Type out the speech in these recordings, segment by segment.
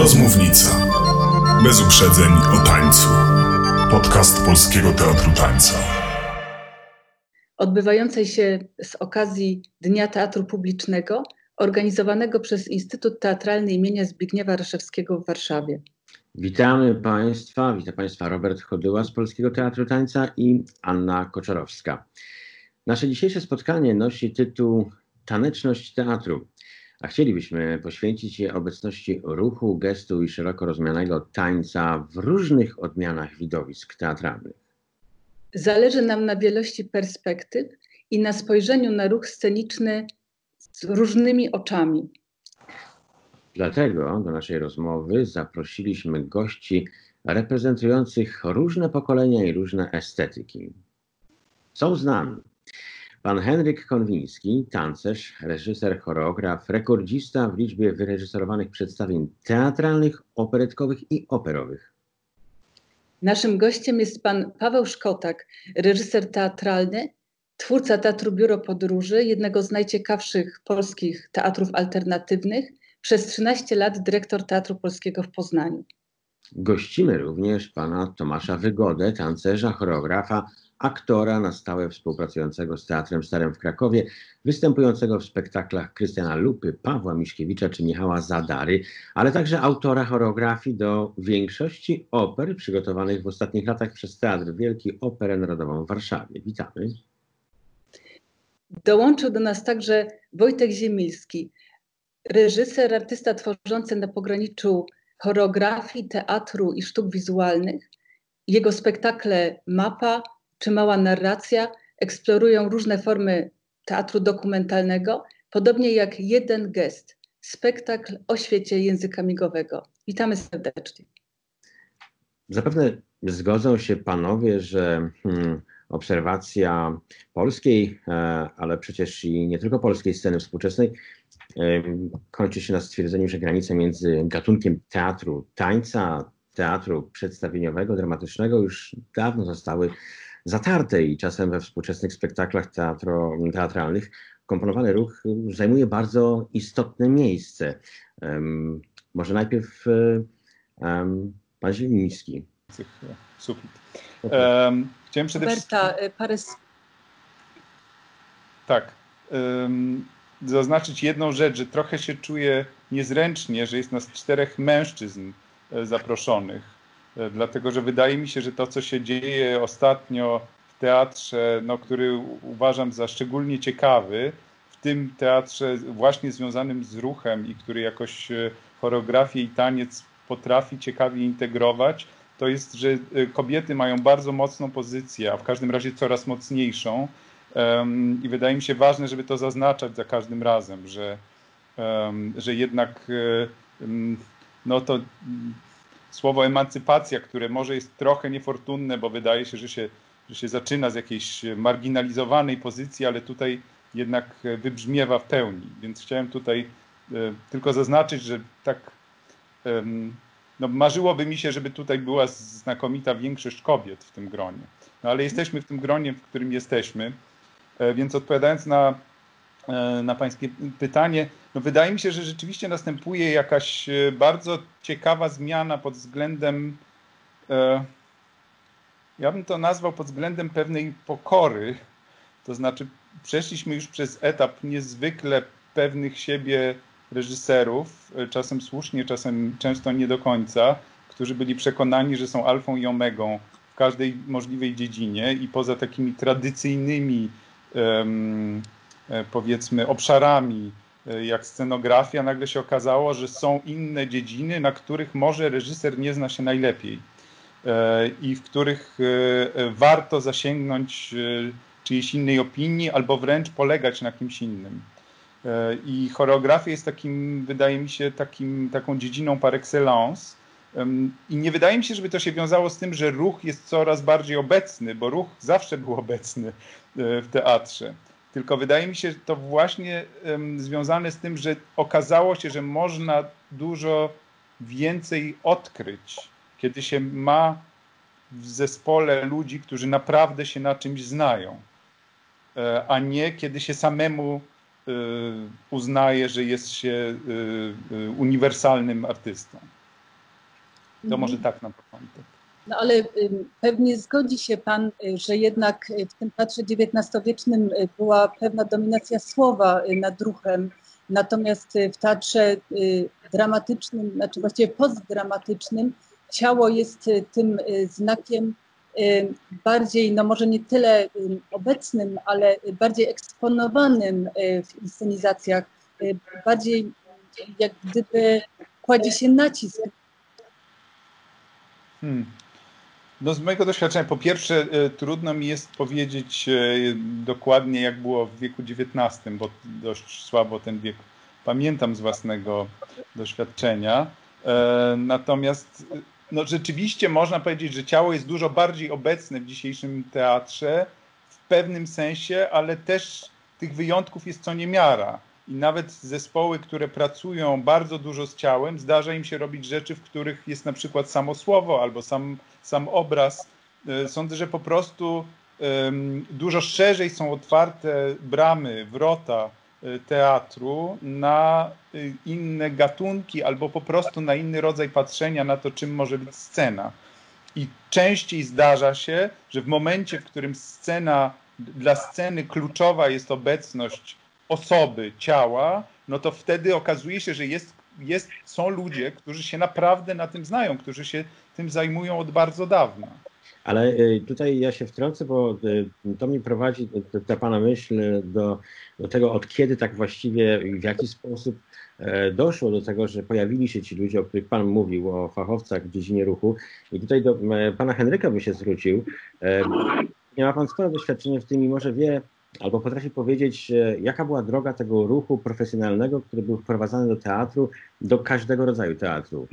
Rozmównica. Bez uprzedzeń o tańcu. Podcast Polskiego Teatru Tańca. Odbywającej się z okazji Dnia Teatru Publicznego, organizowanego przez Instytut Teatralny imienia Zbigniewa Raszewskiego w Warszawie. Witamy Państwa, witam Państwa Robert Chodyła z Polskiego Teatru Tańca i Anna Koczorowska. Nasze dzisiejsze spotkanie nosi tytuł Taneczność teatru, a chcielibyśmy poświęcić je obecności ruchu, gestu i szeroko rozumianego tańca w różnych odmianach widowisk teatralnych. Zależy nam na wielości perspektyw i na spojrzeniu na ruch sceniczny z różnymi oczami. Dlatego do naszej rozmowy zaprosiliśmy gości reprezentujących różne pokolenia i różne estetyki. Są z nami pan Henryk Konwiński, tancerz, reżyser, choreograf, rekordzista w liczbie wyreżyserowanych przedstawień teatralnych, operetkowych i operowych. Naszym gościem jest pan Paweł Szkotak, reżyser teatralny, twórca Teatru Biuro Podróży, jednego z najciekawszych polskich teatrów alternatywnych, przez 13 lat dyrektor Teatru Polskiego w Poznaniu. Gościmy również pana Tomasza Wygodę, tancerza, choreografa, aktora na stałe współpracującego z Teatrem Starym w Krakowie, występującego w spektaklach Krystiana Lupy, Pawła Miśkiewicza czy Michała Zadary, ale także autora choreografii do większości oper przygotowanych w ostatnich latach przez Teatr Wielki Operę Narodową w Warszawie. Witamy. Dołączył do nas także Wojtek Ziemilski, reżyser, artysta tworzący na pograniczu choreografii, teatru i sztuk wizualnych. Jego spektakle Mapa czy Mała narracja eksplorują różne formy teatru dokumentalnego, podobnie jak Jeden gest, spektakl o świecie języka migowego. Witamy serdecznie. Zapewne zgodzą się panowie, że obserwacja polskiej, ale przecież i nie tylko polskiej sceny współczesnej kończy się na stwierdzeniu, że granice między gatunkiem teatru tańca, teatru przedstawieniowego, dramatycznego już dawno zostały zatarte i czasem we współczesnych spektaklach teatralnych komponowany ruch zajmuje bardzo istotne miejsce. Może najpierw pan Zieliński. Sufit. Chciałem przede wszystkim... Tak. Zaznaczyć jedną rzecz, że trochę się czuję niezręcznie, że jest nas 4 mężczyzn zaproszonych. Dlatego, że wydaje mi się, że to, co się dzieje ostatnio w teatrze, który uważam za szczególnie ciekawy, w tym teatrze właśnie związanym z ruchem i który jakoś choreografię i taniec potrafi ciekawie integrować, to jest, że kobiety mają bardzo mocną pozycję, a w każdym razie coraz mocniejszą. I wydaje mi się ważne, żeby to zaznaczać za każdym razem, że jednak to słowo emancypacja, które może jest trochę niefortunne, bo wydaje się, że się zaczyna z jakiejś marginalizowanej pozycji, ale tutaj jednak wybrzmiewa w pełni. Więc chciałem tutaj tylko zaznaczyć, że tak marzyłoby mi się, żeby tutaj była znakomita większość kobiet w tym gronie. Ale jesteśmy w tym gronie, w którym jesteśmy. Więc odpowiadając na pańskie pytanie, wydaje mi się, że rzeczywiście następuje jakaś bardzo ciekawa zmiana pod względem, ja bym to nazwał pod względem pewnej pokory. To znaczy przeszliśmy już przez etap niezwykle pewnych siebie reżyserów, czasem słusznie, czasem często nie do końca, którzy byli przekonani, że są alfą i omegą w każdej możliwej dziedzinie i poza takimi tradycyjnymi powiedzmy obszarami jak scenografia, nagle się okazało, że są inne dziedziny, na których może reżyser nie zna się najlepiej i w których warto zasięgnąć czyjejś innej opinii albo wręcz polegać na kimś innym. I choreografia jest takim, wydaje mi się, taką dziedziną par excellence. I nie wydaje mi się, żeby to się wiązało z tym, że ruch jest coraz bardziej obecny, bo ruch zawsze był obecny w teatrze. Tylko wydaje mi się, że to właśnie związane z tym, że okazało się, że można dużo więcej odkryć, kiedy się ma w zespole ludzi, którzy naprawdę się na czymś znają, a nie kiedy się samemu uznaje, że jest się uniwersalnym artystą. To może tak na początek. No ale pewnie zgodzi się Pan, że jednak w tym teatrze XIX-wiecznym była pewna dominacja słowa nad ruchem, natomiast w teatrze dramatycznym, znaczy właściwie postdramatycznym, ciało jest tym znakiem bardziej, no może nie tyle obecnym, ale bardziej eksponowanym w inscenizacjach, bardziej jak gdyby kładzie się nacisk. No z mojego doświadczenia, po pierwsze trudno mi jest powiedzieć dokładnie, jak było w wieku XIX, bo dość słabo ten wiek pamiętam z własnego doświadczenia. Natomiast no, rzeczywiście można powiedzieć, że ciało jest dużo bardziej obecne w dzisiejszym teatrze w pewnym sensie, ale też tych wyjątków jest co niemiara. I nawet zespoły, które pracują bardzo dużo z ciałem, zdarza im się robić rzeczy, w których jest na przykład samo słowo albo sam obraz. Sądzę, że po prostu dużo szerzej są otwarte bramy, wrota teatru na inne gatunki albo po prostu na inny rodzaj patrzenia na to, czym może być scena. I częściej zdarza się, że w momencie, w którym dla sceny kluczowa jest obecność osoby, ciała, no to wtedy okazuje się, że są ludzie, którzy się naprawdę na tym znają, którzy się tym zajmują od bardzo dawna. Ale tutaj ja się wtrącę, bo to mi prowadzi, ta Pana myśl, do tego, od kiedy tak właściwie i w jaki sposób doszło do tego, że pojawili się ci ludzie, o których Pan mówił, o fachowcach w dziedzinie ruchu. I tutaj do Pana Henryka bym się zwrócił. Nie ma Pan spore doświadczenie w tym i może wie, albo potrafi powiedzieć, jaka była droga tego ruchu profesjonalnego, który był wprowadzany do teatru, do każdego rodzaju teatru.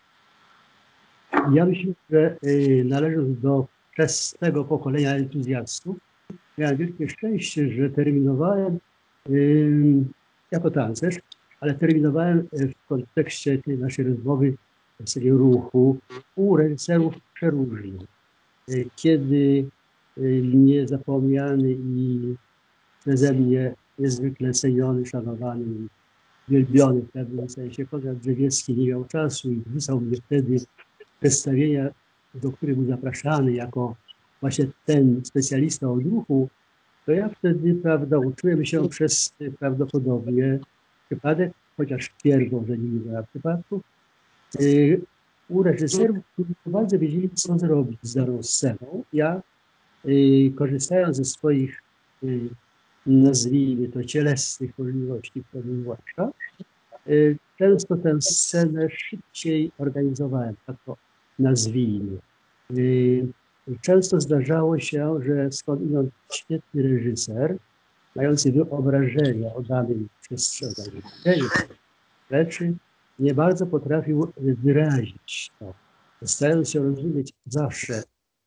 Ja myślę, że należąc do wczesnego pokolenia entuzjastów, miałem wielkie szczęście, że terminowałem jako tancerz, ale terminowałem w kontekście tej naszej rozmowy w serii ruchu u reżyserów przeróżnych. Kiedy niezapomniany i przeze mnie niezwykle ceniony, szanowany i wielbiony w pewnym sensie Konrad Drzewiecki nie miał czasu i wysłał mnie wtedy przedstawienia, do których był zapraszany jako właśnie ten specjalista od ruchu, to ja wtedy, prawda, uczyłem się przez prawdopodobnie przypadek, chociaż twierdzą, że nie było przypadków, u reżyserów, którzy bardzo wiedzieli, co zrobić z daną sceną. Ja, korzystając ze swoich, nazwijmy to, cielesnych możliwości, wtedy zwłaszcza, często tę scenę szybciej organizowałem, tak to nazwijmy. Często zdarzało się, że skądinąd świetny reżyser, mający wyobrażenie o danej przestrzeni, rzeczy, nie bardzo potrafił wyrazić to. Starając się rozumieć zawsze,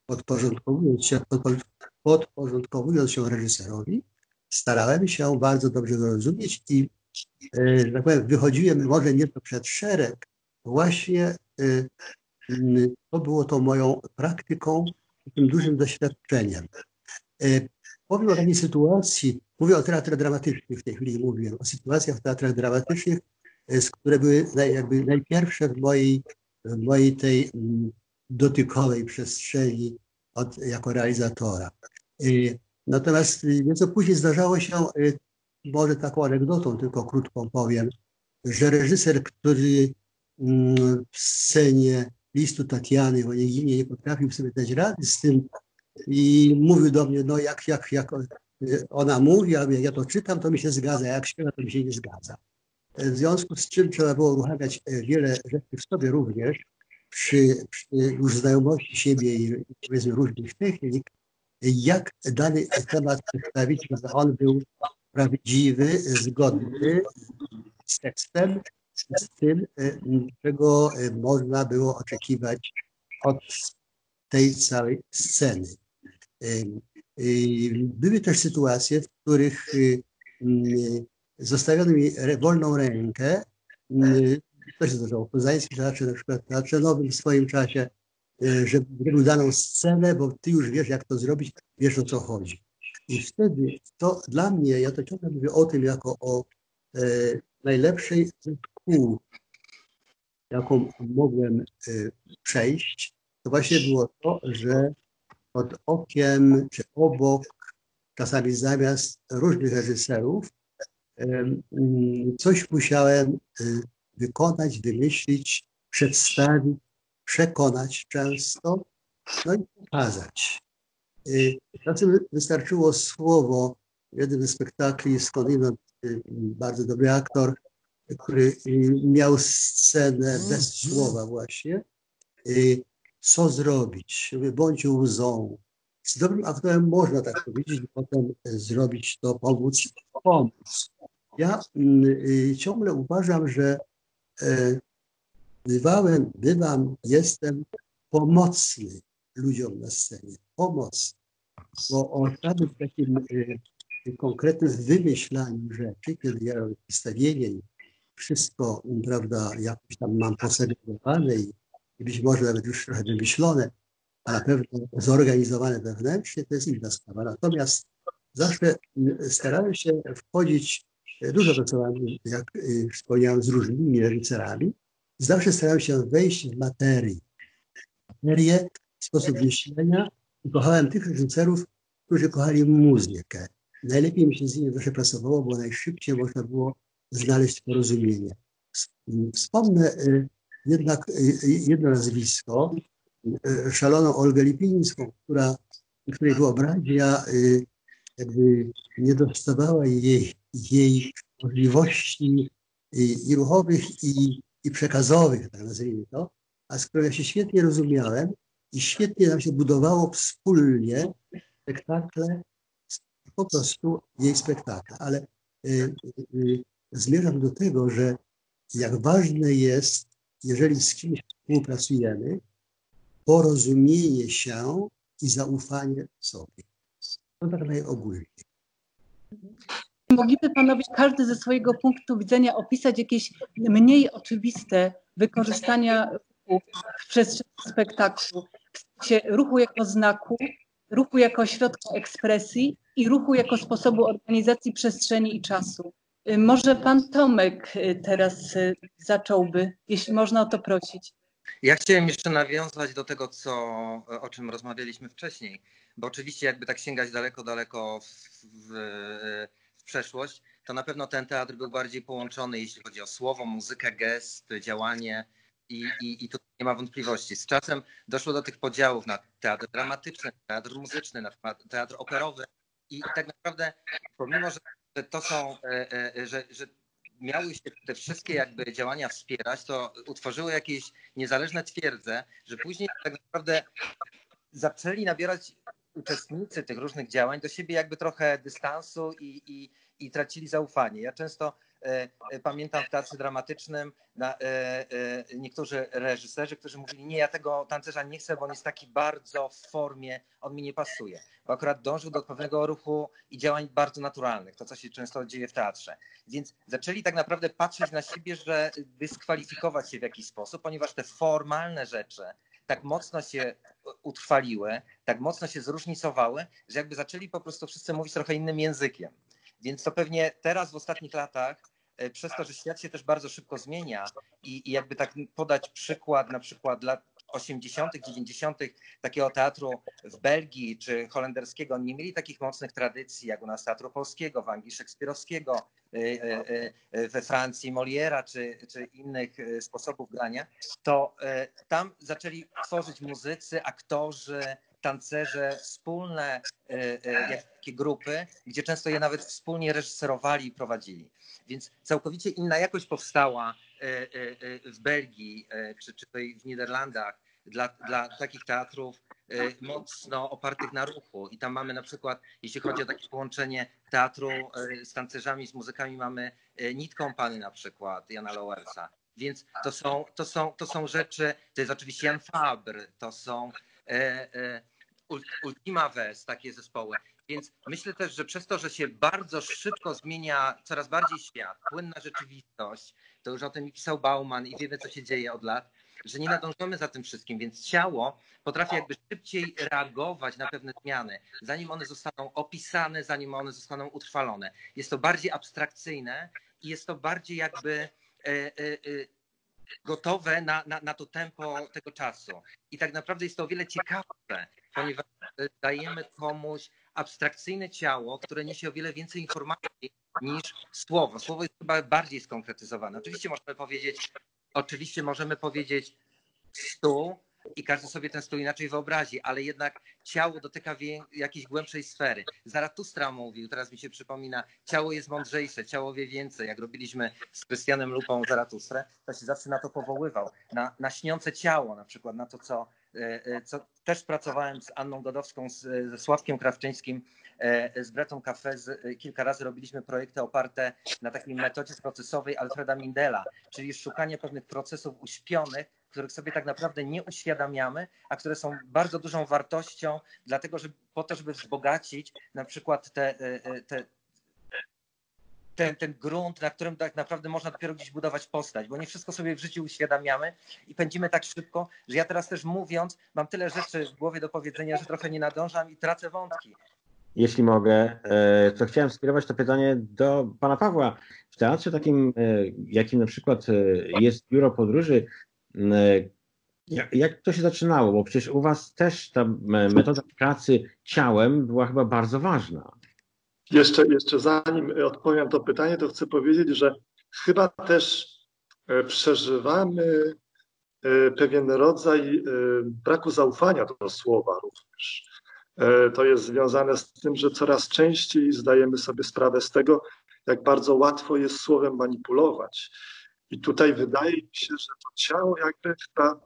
podporządkowując się reżyserowi, starałem się bardzo dobrze go rozumieć i, że tak powiem, wychodziłem może nieco przed szereg. Właśnie to było to moją praktyką, tym dużym doświadczeniem. Powiem o takiej sytuacji, mówię o teatrach dramatycznych w tej chwili, mówię o sytuacjach w teatrach dramatycznych, które były jakby najpierwsze w mojej tej dotykowej przestrzeni jako realizatora. Natomiast nieco później zdarzało się, może taką anegdotą tylko krótką powiem, że reżyser, który w scenie listu Tatiany w Oneginie nie potrafił sobie dać rady z tym i mówił do mnie, no jak ona mówi, a jak ja to czytam, to mi się zgadza, jak śpiewa, to mi się nie zgadza. W związku z czym trzeba było uruchamiać wiele rzeczy w sobie również, przy już znajomości siebie i powiedzmy różnych technik, jak dany temat przedstawić, żeby on był prawdziwy, zgodny z tekstem, z tym, czego można było oczekiwać od tej całej sceny. Były też sytuacje, w których zostawiono mi wolną rękę. To się zdarzało w Poznańskim Teatrze, na przykład w Teatrze Nowym w swoim czasie, że wybrał daną scenę, bo ty już wiesz, jak to zrobić, wiesz, o co chodzi. I wtedy to dla mnie, ja to ciągle mówię o tym jako o najlepszej jaką mogłem przejść, to właśnie było to, że pod okiem czy obok, czasami zamiast różnych reżyserów, coś musiałem wykonać, wymyślić, przedstawić, przekonać często, no i pokazać. Czasem wystarczyło słowo. W jednym ze spektakli skądinąd bardzo dobry aktor, który miał scenę bez słowa właśnie. Co zrobić? Bądź łzą. Z dobrym aktorem można tak powiedzieć i potem zrobić to, pomóc. Ja ciągle uważam, że jestem pomocny ludziom na scenie. Pomocny. Bo o samym takim konkretnym wymyślaniu rzeczy, kiedy ja robię przedstawienie i wszystko, prawda, jakoś tam mam posegregowane i być może nawet już trochę wymyślone, a na pewno zorganizowane wewnętrznie, to jest inna sprawa. Natomiast zawsze starałem się wchodzić, dużo pracowałem, jak wspomniałem, z różnymi reżyserami, zawsze starałem się wejść w materię, sposób myślenia i kochałem tych reżyserów, którzy kochali muzykę. Najlepiej mi się z nimi zawsze pracowało, bo najszybciej można było znaleźć porozumienie. Wspomnę jednak jedno nazwisko, szaloną Olgę Lipińską, której wyobraźnia jakby nie dostawała jej możliwości i ruchowych, i przekazowych, tak nazwijmy to, a z którą ja się świetnie rozumiałem i świetnie nam się budowało wspólnie spektakle, po prostu jej spektakle. Ale zmierzam do tego, że jak ważne jest, jeżeli z kimś współpracujemy, porozumienie się i zaufanie sobie. To tak najogólniej. Mogliby panowie każdy ze swojego punktu widzenia opisać jakieś mniej oczywiste wykorzystania ruchu w przestrzeni spektaklu, w sensie ruchu jako znaku, ruchu jako środka ekspresji i ruchu jako sposobu organizacji przestrzeni i czasu. Może pan Tomek teraz zacząłby, jeśli można o to prosić. Ja chciałem jeszcze nawiązać do tego, o czym rozmawialiśmy wcześniej, bo oczywiście jakby tak sięgać daleko w przeszłość, to na pewno ten teatr był bardziej połączony, jeśli chodzi o słowo, muzykę, gest, działanie i tu nie ma wątpliwości. Z czasem doszło do tych podziałów na teatr dramatyczny, teatr muzyczny, na przykład teatr operowy i tak naprawdę pomimo, że to są, że miały się te wszystkie jakby działania wspierać, to utworzyły jakieś niezależne twierdze, że później tak naprawdę zaczęli nabierać uczestnicy tych różnych działań do siebie jakby trochę dystansu i tracili zaufanie. Ja często pamiętam w teatrze dramatycznym niektórzy reżyserzy, którzy mówili, nie, ja tego tancerza nie chcę, bo on jest taki bardzo w formie, on mi nie pasuje. Bo akurat dążył do pewnego ruchu i działań bardzo naturalnych, to co się często dzieje w teatrze. Więc zaczęli tak naprawdę patrzeć na siebie, że dyskwalifikować się w jakiś sposób, ponieważ te formalne rzeczy tak mocno się utrwaliły, tak mocno się zróżnicowały, że jakby zaczęli po prostu wszyscy mówić trochę innym językiem. Więc to pewnie teraz w ostatnich latach, przez to, że świat się też bardzo szybko zmienia i jakby tak podać przykład na przykład lat 80., 90. takiego teatru w Belgii czy holenderskiego, nie mieli takich mocnych tradycji jak u nas teatru polskiego, w Anglii szekspirowskiego, we Francji Moliera czy innych sposobów grania, to tam zaczęli tworzyć muzycy, aktorzy, tancerze, wspólne takie grupy, gdzie często je nawet wspólnie reżyserowali i prowadzili. Więc całkowicie inna jakość powstała w Belgii czy tutaj w Niderlandach dla takich teatrów mocno opartych na ruchu. I tam mamy na przykład, jeśli chodzi o takie połączenie teatru z tancerzami, z muzykami, mamy Need Company na przykład, Jana Lowersa. Więc to są rzeczy, to jest oczywiście Jan Fabre, to są Ultima Ves, takie zespoły. Więc myślę też, że przez to, że się bardzo szybko zmienia coraz bardziej świat, płynna rzeczywistość, to już o tym pisał Bauman i wiemy, co się dzieje od lat, że nie nadążamy za tym wszystkim, więc ciało potrafi jakby szybciej reagować na pewne zmiany, zanim one zostaną opisane, zanim one zostaną utrwalone. Jest to bardziej abstrakcyjne i jest to bardziej jakby gotowe na to tempo tego czasu. I tak naprawdę jest to o wiele ciekawsze, ponieważ dajemy komuś abstrakcyjne ciało, które niesie o wiele więcej informacji niż słowo. Słowo jest chyba bardziej skonkretyzowane. Oczywiście możemy powiedzieć stół i każdy sobie ten stół inaczej wyobrazi, ale jednak ciało dotyka jakiejś głębszej sfery. Zaratustra mówił, teraz mi się przypomina, ciało jest mądrzejsze, ciało wie więcej. Jak robiliśmy z Krystianem Lupą Zaratustrę, to się zawsze na to powoływał. Na śniące ciało na przykład, na to, co też pracowałem z Anną Godowską, ze Sławkiem Krawczyńskim, z Bretą Cafe. Kilka razy robiliśmy projekty oparte na takiej metodzie procesowej Alfreda Mindela, czyli szukanie pewnych procesów uśpionych, których sobie tak naprawdę nie uświadamiamy, a które są bardzo dużą wartością, dlatego że po to, żeby wzbogacić na przykład ten grunt, na którym tak naprawdę można dopiero gdzieś budować postać, bo nie wszystko sobie w życiu uświadamiamy i pędzimy tak szybko, że ja teraz też mówiąc, mam tyle rzeczy w głowie do powiedzenia, że trochę nie nadążam i tracę wątki. Jeśli mogę, to chciałem skierować to pytanie do pana Pawła. W teatrze takim, jakim na przykład jest Biuro Podróży, jak to się zaczynało? Bo przecież u was też ta metoda pracy ciałem była chyba bardzo ważna. Jeszcze zanim odpowiem to pytanie, to chcę powiedzieć, że chyba też przeżywamy pewien rodzaj braku zaufania do słowa również. To jest związane z tym, że coraz częściej zdajemy sobie sprawę z tego, jak bardzo łatwo jest słowem manipulować. I tutaj wydaje mi się, że to ciało jakby chyba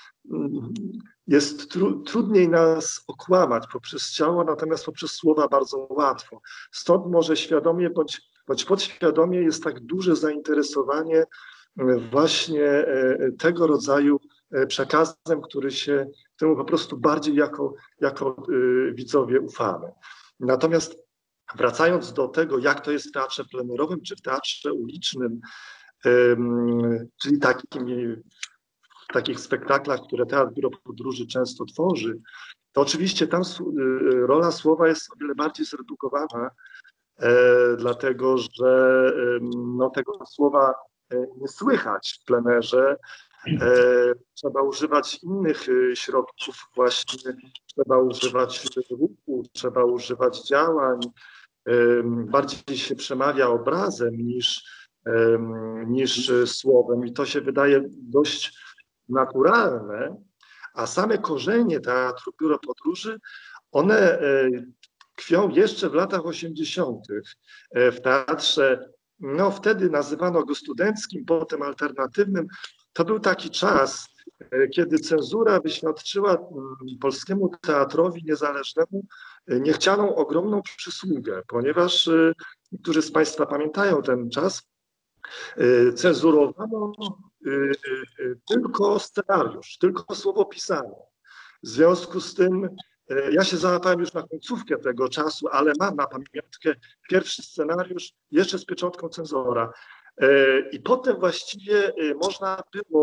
jest trudniej nas okłamać poprzez ciało, natomiast poprzez słowa bardzo łatwo. Stąd może świadomie bądź podświadomie jest tak duże zainteresowanie właśnie tego rodzaju przekazem, któremu po prostu bardziej jako widzowie ufamy. Natomiast wracając do tego, jak to jest w teatrze plenerowym czy w teatrze ulicznym, czyli w takich spektaklach, które Teatr Biuro Podróży często tworzy, to oczywiście tam rola słowa jest o wiele bardziej zredukowana, dlatego że tego słowa nie słychać w plenerze. Trzeba używać innych środków właśnie, trzeba używać ruchu, trzeba używać działań. Bardziej się przemawia obrazem niż słowem i to się wydaje dość naturalne, a same korzenie Teatru Biuro Podróży, one tkwią jeszcze w latach 80. w teatrze, wtedy nazywano go studenckim, potem alternatywnym. To był taki czas, kiedy cenzura wyświadczyła polskiemu teatrowi niezależnemu niechcianą ogromną przysługę, ponieważ niektórzy z Państwa pamiętają ten czas, cenzurowano tylko scenariusz, tylko słowo pisane. W związku z tym ja się załapałem już na końcówkę tego czasu, ale mam na pamiątkę pierwszy scenariusz jeszcze z pieczątką cenzora. I potem właściwie można było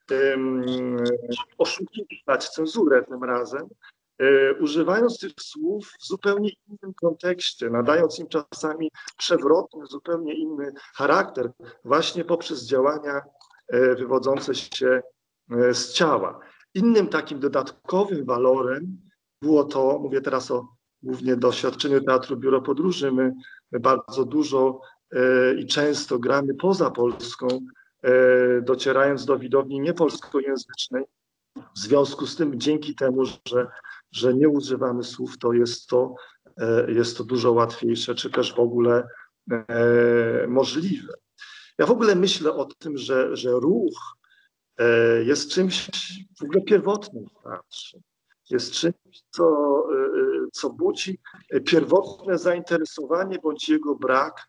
oszukiwać cenzurę tym razem, używając tych słów w zupełnie innym kontekście, nadając im czasami przewrotny, zupełnie inny charakter, właśnie poprzez działania wywodzące się z ciała. Innym takim dodatkowym walorem było to, mówię teraz o głównie doświadczeniu Teatru Biuro Podróży, my bardzo dużo i często gramy poza Polską, docierając do widowni niepolskojęzycznej. W związku z tym, dzięki temu, że nie używamy słów, to jest to dużo łatwiejsze, czy też w ogóle możliwe. Ja w ogóle myślę o tym, że ruch jest czymś w ogóle pierwotnym w teatrze. Jest czymś, co budzi pierwotne zainteresowanie bądź jego brak.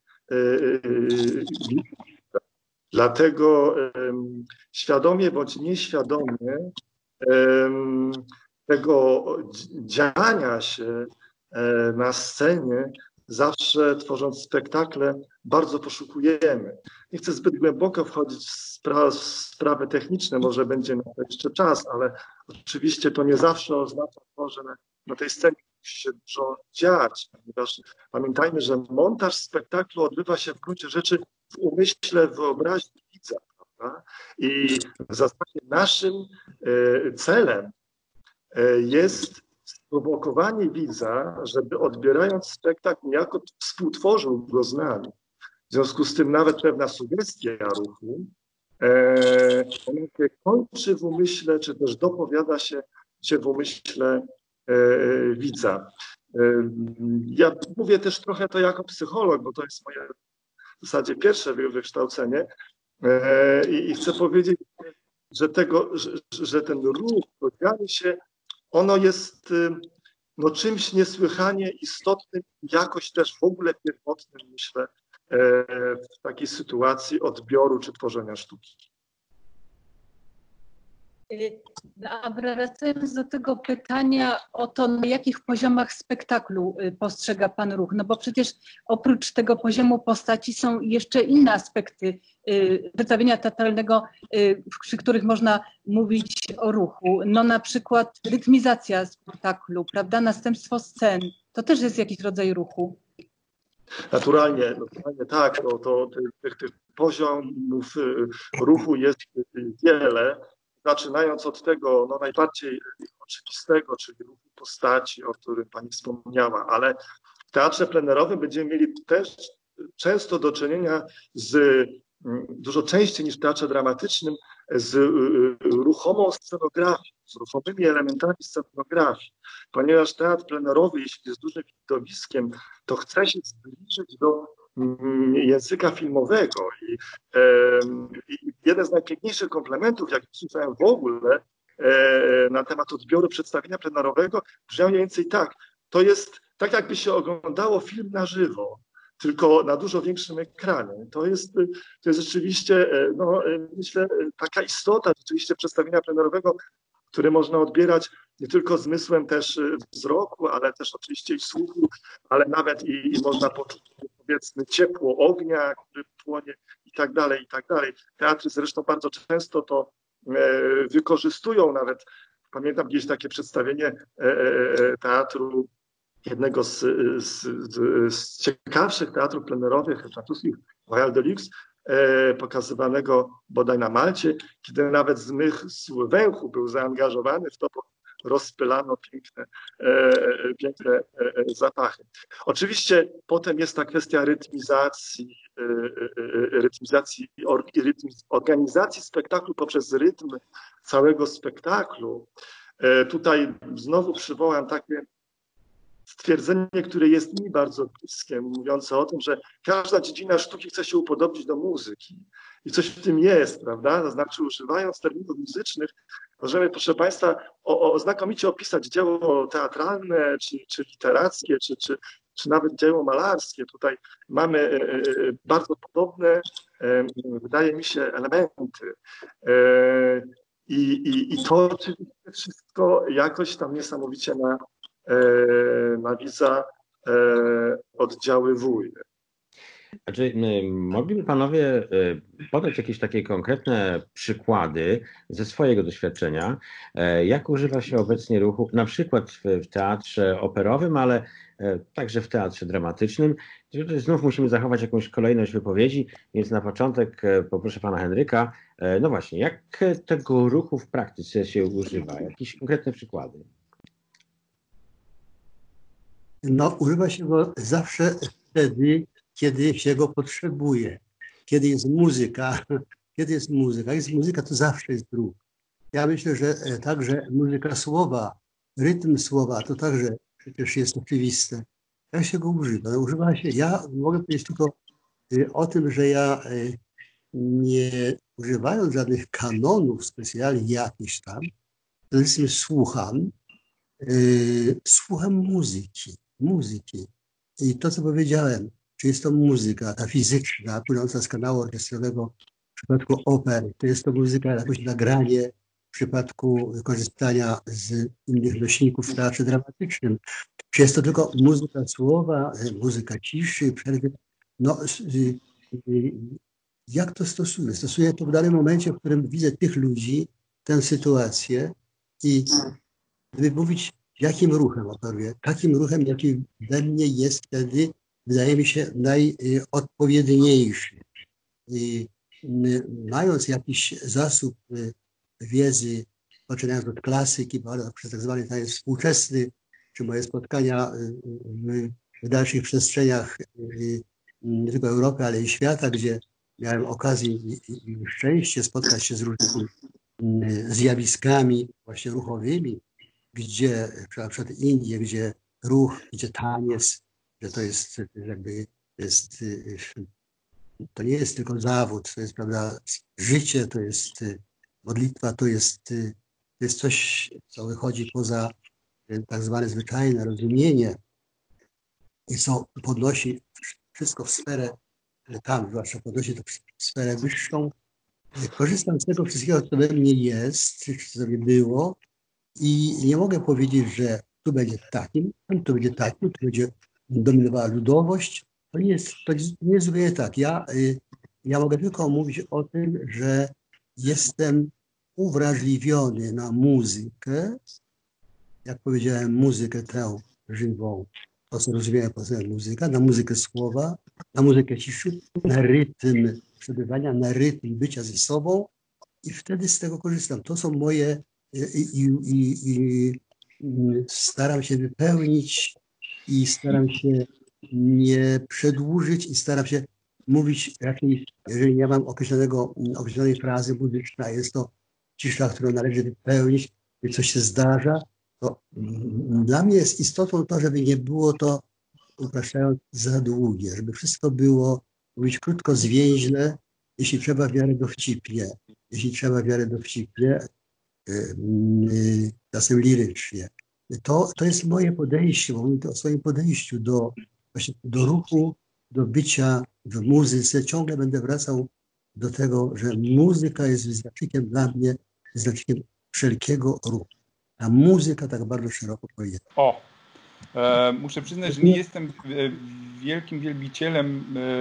Dlatego świadomie bądź nieświadomie tego dziania się na scenie zawsze tworząc spektakle bardzo poszukujemy. Nie chcę zbyt głęboko wchodzić w sprawy techniczne, może będzie na to jeszcze czas, ale oczywiście to nie zawsze oznacza to, że na tej scenie musi się dużo dziać, ponieważ pamiętajmy, że montaż spektaklu odbywa się w gruncie rzeczy w umyśle, w wyobraźni widza, prawda? I w zasadzie naszym celem jest sprowokowanie widza, żeby odbierając spektakl niejako współtworzył go z nami. W związku z tym nawet pewna sugestia ruchu ona się kończy w umyśle, czy też dopowiada się w umyśle widza. Ja mówię też trochę to jako psycholog, bo to jest moje w zasadzie pierwsze wykształcenie i chcę powiedzieć, że ten ruch, rozwijanie się, ono jest czymś niesłychanie istotnym, jakoś też w ogóle pierwotnym, myślę, w takiej sytuacji odbioru czy tworzenia sztuki. A wracając do tego pytania o to, na jakich poziomach spektaklu postrzega Pan ruch, no bo przecież oprócz tego poziomu postaci są jeszcze inne aspekty przedstawienia teatralnego, przy których można mówić o ruchu. No na przykład rytmizacja spektaklu, prawda, następstwo scen, to też jest jakiś rodzaj ruchu. Naturalnie tak, tych poziomów ruchu jest wiele. Zaczynając od tego najbardziej oczywistego, czyli ruchu postaci, o którym Pani wspomniała, ale w teatrze plenerowym będziemy mieli też często do czynienia dużo częściej niż w teatrze dramatycznym, z ruchomą scenografią, z ruchomymi elementami scenografii. Ponieważ teatr plenerowy, jeśli jest dużym widowiskiem, to chce się zbliżyć do języka filmowego i jeden z najpiękniejszych komplementów, jaki słyszałem w ogóle na temat odbioru przedstawienia plenarowego, brzmiał mniej więcej tak. To jest tak, jakby się oglądało film na żywo, tylko na dużo większym ekranie. To jest rzeczywiście, myślę, taka istota rzeczywiście przedstawienia plenarowego, które można odbierać nie tylko zmysłem też wzroku, ale też oczywiście i słuchu, ale nawet i można poczuć, powiedzmy, ciepło ognia, który płonie i tak dalej, i tak dalej. Teatry zresztą bardzo często to wykorzystują nawet. Pamiętam gdzieś takie przedstawienie teatru, jednego z ciekawszych teatrów plenerowych francuskich, Royal Deluxe, pokazywanego bodaj na Malcie, kiedy nawet zmysł węchu był zaangażowany w to, bo rozpylano piękne zapachy. Oczywiście potem jest ta kwestia organizacji spektaklu poprzez rytm całego spektaklu. Tutaj znowu przywołam takie stwierdzenie, które jest mi bardzo bliskie, mówiące o tym, że każda dziedzina sztuki chce się upodobnić do muzyki. I coś w tym jest, prawda? To znaczy, używając terminów muzycznych, możemy, proszę Państwa, znakomicie opisać dzieło teatralne, czy literackie, czy nawet dzieło malarskie. Tutaj mamy bardzo podobne, wydaje mi się, elementy. I to oczywiście wszystko jakoś tam niesamowicie na widza oddziaływuje. Znaczy, mogliby Panowie podać jakieś takie konkretne przykłady ze swojego doświadczenia, jak używa się obecnie ruchu, na przykład w teatrze operowym, ale także w teatrze dramatycznym. Znów musimy zachować jakąś kolejność wypowiedzi, więc na początek poproszę Pana Henryka. No właśnie, jak tego ruchu w praktyce się używa? Jakieś konkretne przykłady? No, używa się go zawsze wtedy, kiedy się go potrzebuje. Kiedy jest muzyka, jest muzyka, to zawsze jest ruch. Ja myślę, że także muzyka słowa, rytm słowa, to także przecież jest oczywiste. Jak się go używa? No, używa się, ja mogę powiedzieć tylko o tym, że ja nie używając żadnych kanonów specjalnie jakichś tam, to słucham muzyki. I to, co powiedziałem, czy jest to muzyka, ta fizyczna, płynąca z kanału orkiestrowego w przypadku opery, to jest to muzyka, jakieś nagranie w przypadku korzystania z innych nośników w teatrze dramatycznym. Czy jest to tylko muzyka słowa, muzyka ciszy, przerwy? No, jak to stosuję? Stosuję to w danym momencie, w którym widzę tych ludzi, tę sytuację i gdyby mówić, jakim ruchem operuję, takim ruchem, jaki we mnie jest wtedy, wydaje mi się, najodpowiedniejszy. mając jakiś zasób wiedzy, poczynając od klasyki, przez tak zwany taniec współczesny, czy moje spotkania w dalszych przestrzeniach nie tylko Europy, ale i świata, gdzie miałem okazję i szczęście spotkać się z różnymi zjawiskami właśnie ruchowymi, gdzie na przykład Indie, gdzie ruch, gdzie taniec, że to jest jakby to nie jest tylko zawód, to jest, prawda, życie, to jest modlitwa, to jest coś, co wychodzi poza tak zwane zwyczajne rozumienie i co podnosi wszystko w sferę, tam zwłaszcza podnosi to w sferę wyższą. Korzystam z tego wszystkiego, co we mnie jest, czy co we mnie było i nie mogę powiedzieć, że tu będzie takim, tu będzie takim, tu będzie dominowała ludowość. To nie jest zupełnie tak. Ja mogę tylko mówić o tym, że jestem uwrażliwiony na muzykę, jak powiedziałem, muzykę tę żywą, to co rozumiałem poza muzyka, na muzykę słowa, na muzykę ciszy, na rytm przebywania, na rytm bycia ze sobą i wtedy z tego korzystam. To są moje i staram się wypełnić i staram się nie przedłużyć i staram się mówić raczej, jeżeli nie mam określonej frazy muzycznej, jest to cisza, którą należy wypełnić, gdy coś się zdarza, to dla mnie jest istotą to, żeby nie było to, upraszczając, za długie, żeby wszystko było, mówić krótko, zwięźle, jeśli trzeba w miarę dowcipnie, czasem lirycznie. To jest moje podejście, bo mówię o swoim podejściu do ruchu, do bycia w muzyce. Ciągle będę wracał do tego, że muzyka jest wyznacznikiem dla mnie, wyznacznikiem wszelkiego ruchu. A muzyka tak bardzo szeroko pojęta. Muszę przyznać, że nie jestem wielkim wielbicielem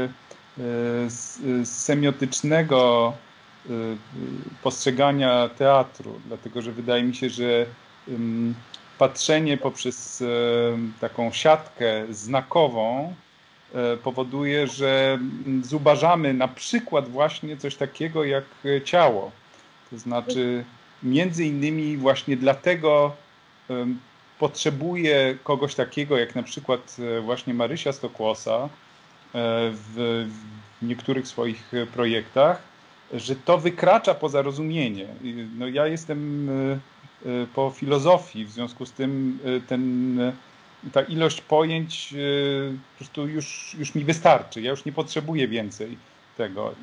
semiotycznego postrzegania teatru, dlatego że wydaje mi się, że patrzenie poprzez taką siatkę znakową powoduje, że zubażamy na przykład właśnie coś takiego jak ciało. To znaczy między innymi właśnie dlatego potrzebuję kogoś takiego jak na przykład właśnie Marysia Stokłosa w niektórych swoich projektach, że to wykracza poza rozumienie. No ja jestem po filozofii, w związku z tym ta ilość pojęć po prostu już mi wystarczy. Ja już nie potrzebuję więcej tego.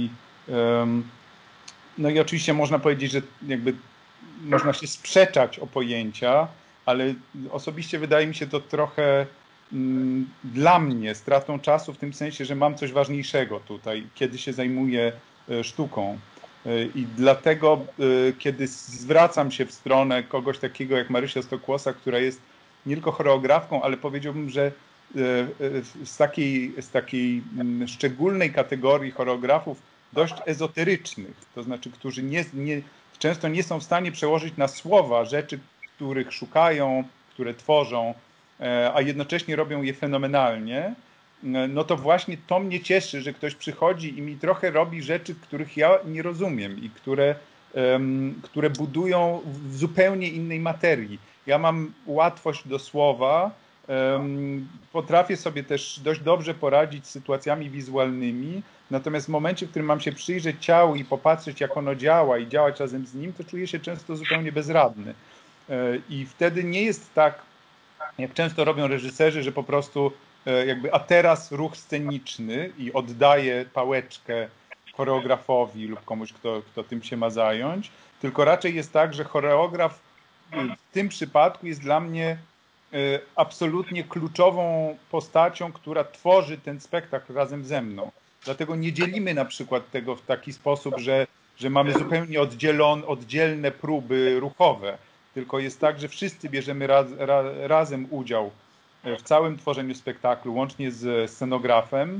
No i oczywiście można powiedzieć, że jakby można się sprzeczać o pojęcia, ale osobiście wydaje mi się to trochę dla mnie stratą czasu w tym sensie, że mam coś ważniejszego tutaj, kiedy się zajmuję sztuką. I dlatego, kiedy zwracam się w stronę kogoś takiego jak Marysia Stokłosa, która jest nie tylko choreografką, ale powiedziałbym, że z takiej szczególnej kategorii choreografów dość ezoterycznych, to znaczy, którzy często nie są w stanie przełożyć na słowa rzeczy, których szukają, które tworzą, a jednocześnie robią je fenomenalnie, no to właśnie to mnie cieszy, że ktoś przychodzi i mi trochę robi rzeczy, których ja nie rozumiem i które budują w zupełnie innej materii. Ja mam łatwość do słowa, potrafię sobie też dość dobrze poradzić z sytuacjami wizualnymi, natomiast w momencie, w którym mam się przyjrzeć ciału i popatrzeć, jak ono działa i działać razem z nim, to czuję się często zupełnie bezradny. I wtedy nie jest tak, jak często robią reżyserzy, że po prostu a teraz ruch sceniczny i oddaje pałeczkę choreografowi lub komuś, kto tym się ma zająć, tylko raczej jest tak, że choreograf w tym przypadku jest dla mnie absolutnie kluczową postacią, która tworzy ten spektakl razem ze mną. Dlatego nie dzielimy na przykład tego w taki sposób, że mamy zupełnie oddzielne próby ruchowe, tylko jest tak, że wszyscy bierzemy razem udział w całym tworzeniu spektaklu, łącznie z scenografem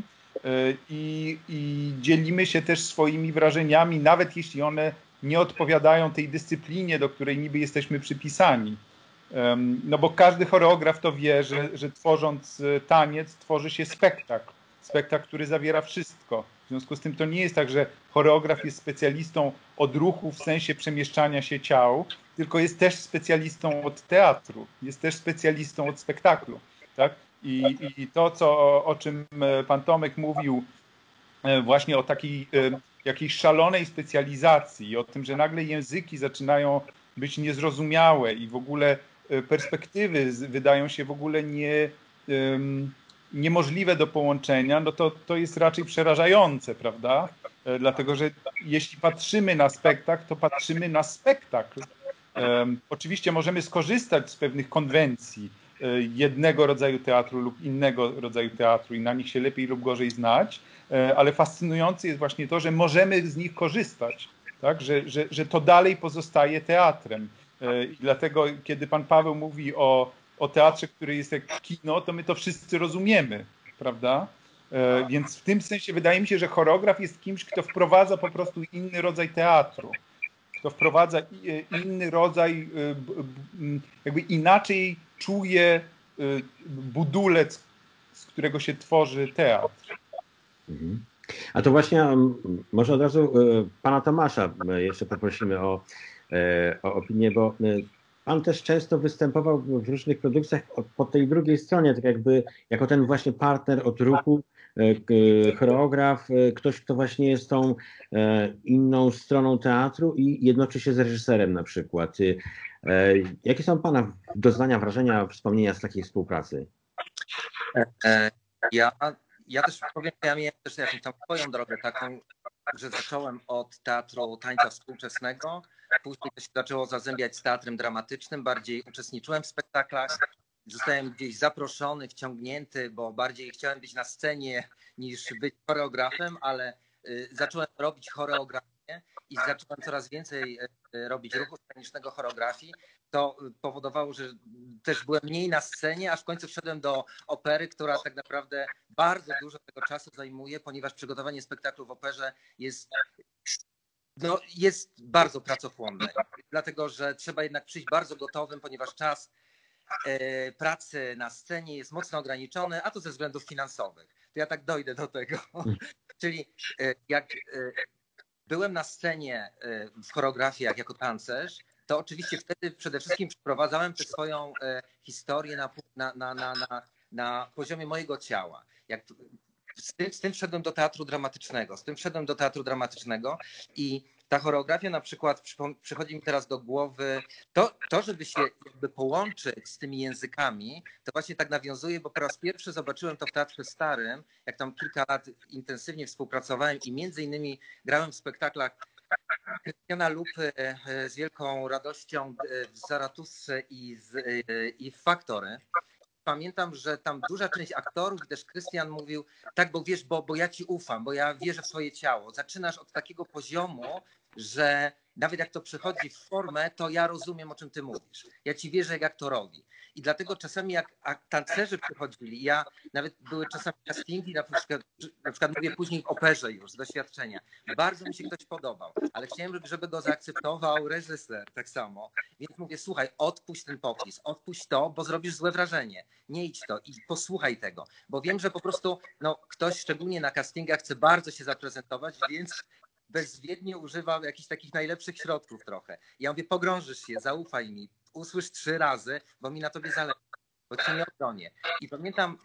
i dzielimy się też swoimi wrażeniami, nawet jeśli one nie odpowiadają tej dyscyplinie, do której niby jesteśmy przypisani. No bo każdy choreograf to wie, że tworząc taniec tworzy się spektakl, który zawiera wszystko. W związku z tym to nie jest tak, że choreograf jest specjalistą od ruchu w sensie przemieszczania się ciał, tylko jest też specjalistą od teatru, jest też specjalistą od spektaklu. Tak? I to, o czym pan Tomek mówił, właśnie o takiej jakiejś szalonej specjalizacji, o tym, że nagle języki zaczynają być niezrozumiałe i w ogóle perspektywy wydają się w ogóle niemożliwe do połączenia, no to jest raczej przerażające, prawda? Dlatego, że jeśli patrzymy na spektakl, to patrzymy na spektakl. Oczywiście możemy skorzystać z pewnych konwencji jednego rodzaju teatru lub innego rodzaju teatru i na nich się lepiej lub gorzej znać, ale fascynujące jest właśnie to, że możemy z nich korzystać, tak? Że to dalej pozostaje teatrem. I dlatego, kiedy pan Paweł mówi o teatrze, który jest jak kino, to my to wszyscy rozumiemy, prawda? Więc w tym sensie wydaje mi się, że choreograf jest kimś, kto wprowadza po prostu inny rodzaj teatru, kto wprowadza inny rodzaj, jakby inaczej czuje budulec, z którego się tworzy teatr. A to właśnie może od razu pana Tomasza jeszcze poprosimy o opinię, bo pan też często występował w różnych produkcjach po tej drugiej stronie, tak jakby jako ten właśnie partner od ruchu, choreograf, ktoś, kto właśnie jest tą inną stroną teatru i jednoczy się z reżyserem na przykład. Jakie są pana doznania, wrażenia, wspomnienia z takiej współpracy? Ja też powiem, ja miałem też jakąś tam swoją drogę taką, że zacząłem od teatru tańca współczesnego, później to się zaczęło zazębiać z teatrem dramatycznym, bardziej uczestniczyłem w spektaklach, zostałem gdzieś zaproszony, wciągnięty, bo bardziej chciałem być na scenie niż być choreografem, ale zacząłem robić choreografię i zacząłem coraz więcej robić ruchu scenicznego, choreografii. To powodowało, że też byłem mniej na scenie, aż w końcu wszedłem do opery, która tak naprawdę bardzo dużo tego czasu zajmuje, ponieważ przygotowanie spektaklu w operze jest bardzo pracochłonne, dlatego że trzeba jednak przyjść bardzo gotowym, ponieważ czas pracy na scenie jest mocno ograniczony, a to ze względów finansowych. To ja tak dojdę do tego. Czyli jak byłem na scenie w choreografiach jako tancerz, to oczywiście wtedy przede wszystkim przeprowadzałem tę swoją historię na poziomie mojego ciała. Z tym wszedłem do teatru dramatycznego, i ta choreografia na przykład przychodzi mi teraz do głowy, to żeby się jakby połączyć z tymi językami, to właśnie tak nawiązuje, bo po raz pierwszy zobaczyłem to w Teatrze Starym, jak tam kilka lat intensywnie współpracowałem i między innymi grałem w spektaklach Krystiana Lupy z wielką radością w Zaratustrze i w Faktory. Pamiętam, że tam duża część aktorów, też Krystian mówił, tak, bo wiesz, bo ja ci ufam, bo ja wierzę w swoje ciało. Zaczynasz od takiego poziomu, że nawet jak to przychodzi w formę, to ja rozumiem, o czym ty mówisz. Ja ci wierzę jak aktorowi. I dlatego czasami jak tancerzy przychodzili, ja nawet były czasami castingi, na przykład mówię później w operze już z doświadczenia. Bardzo mi się ktoś podobał, ale chciałem, żeby go zaakceptował reżyser tak samo. Więc mówię, słuchaj, odpuść ten popis, odpuść to, bo zrobisz złe wrażenie. Nie idź to i posłuchaj tego, bo wiem, że po prostu ktoś szczególnie na castingach chce bardzo się zaprezentować, więc bezwiednie używam jakichś takich najlepszych środków trochę. Ja mówię, pogrążysz się, zaufaj mi, usłysz 3 razy, bo mi na tobie zależy, bo cię nie obronię. I pamiętam,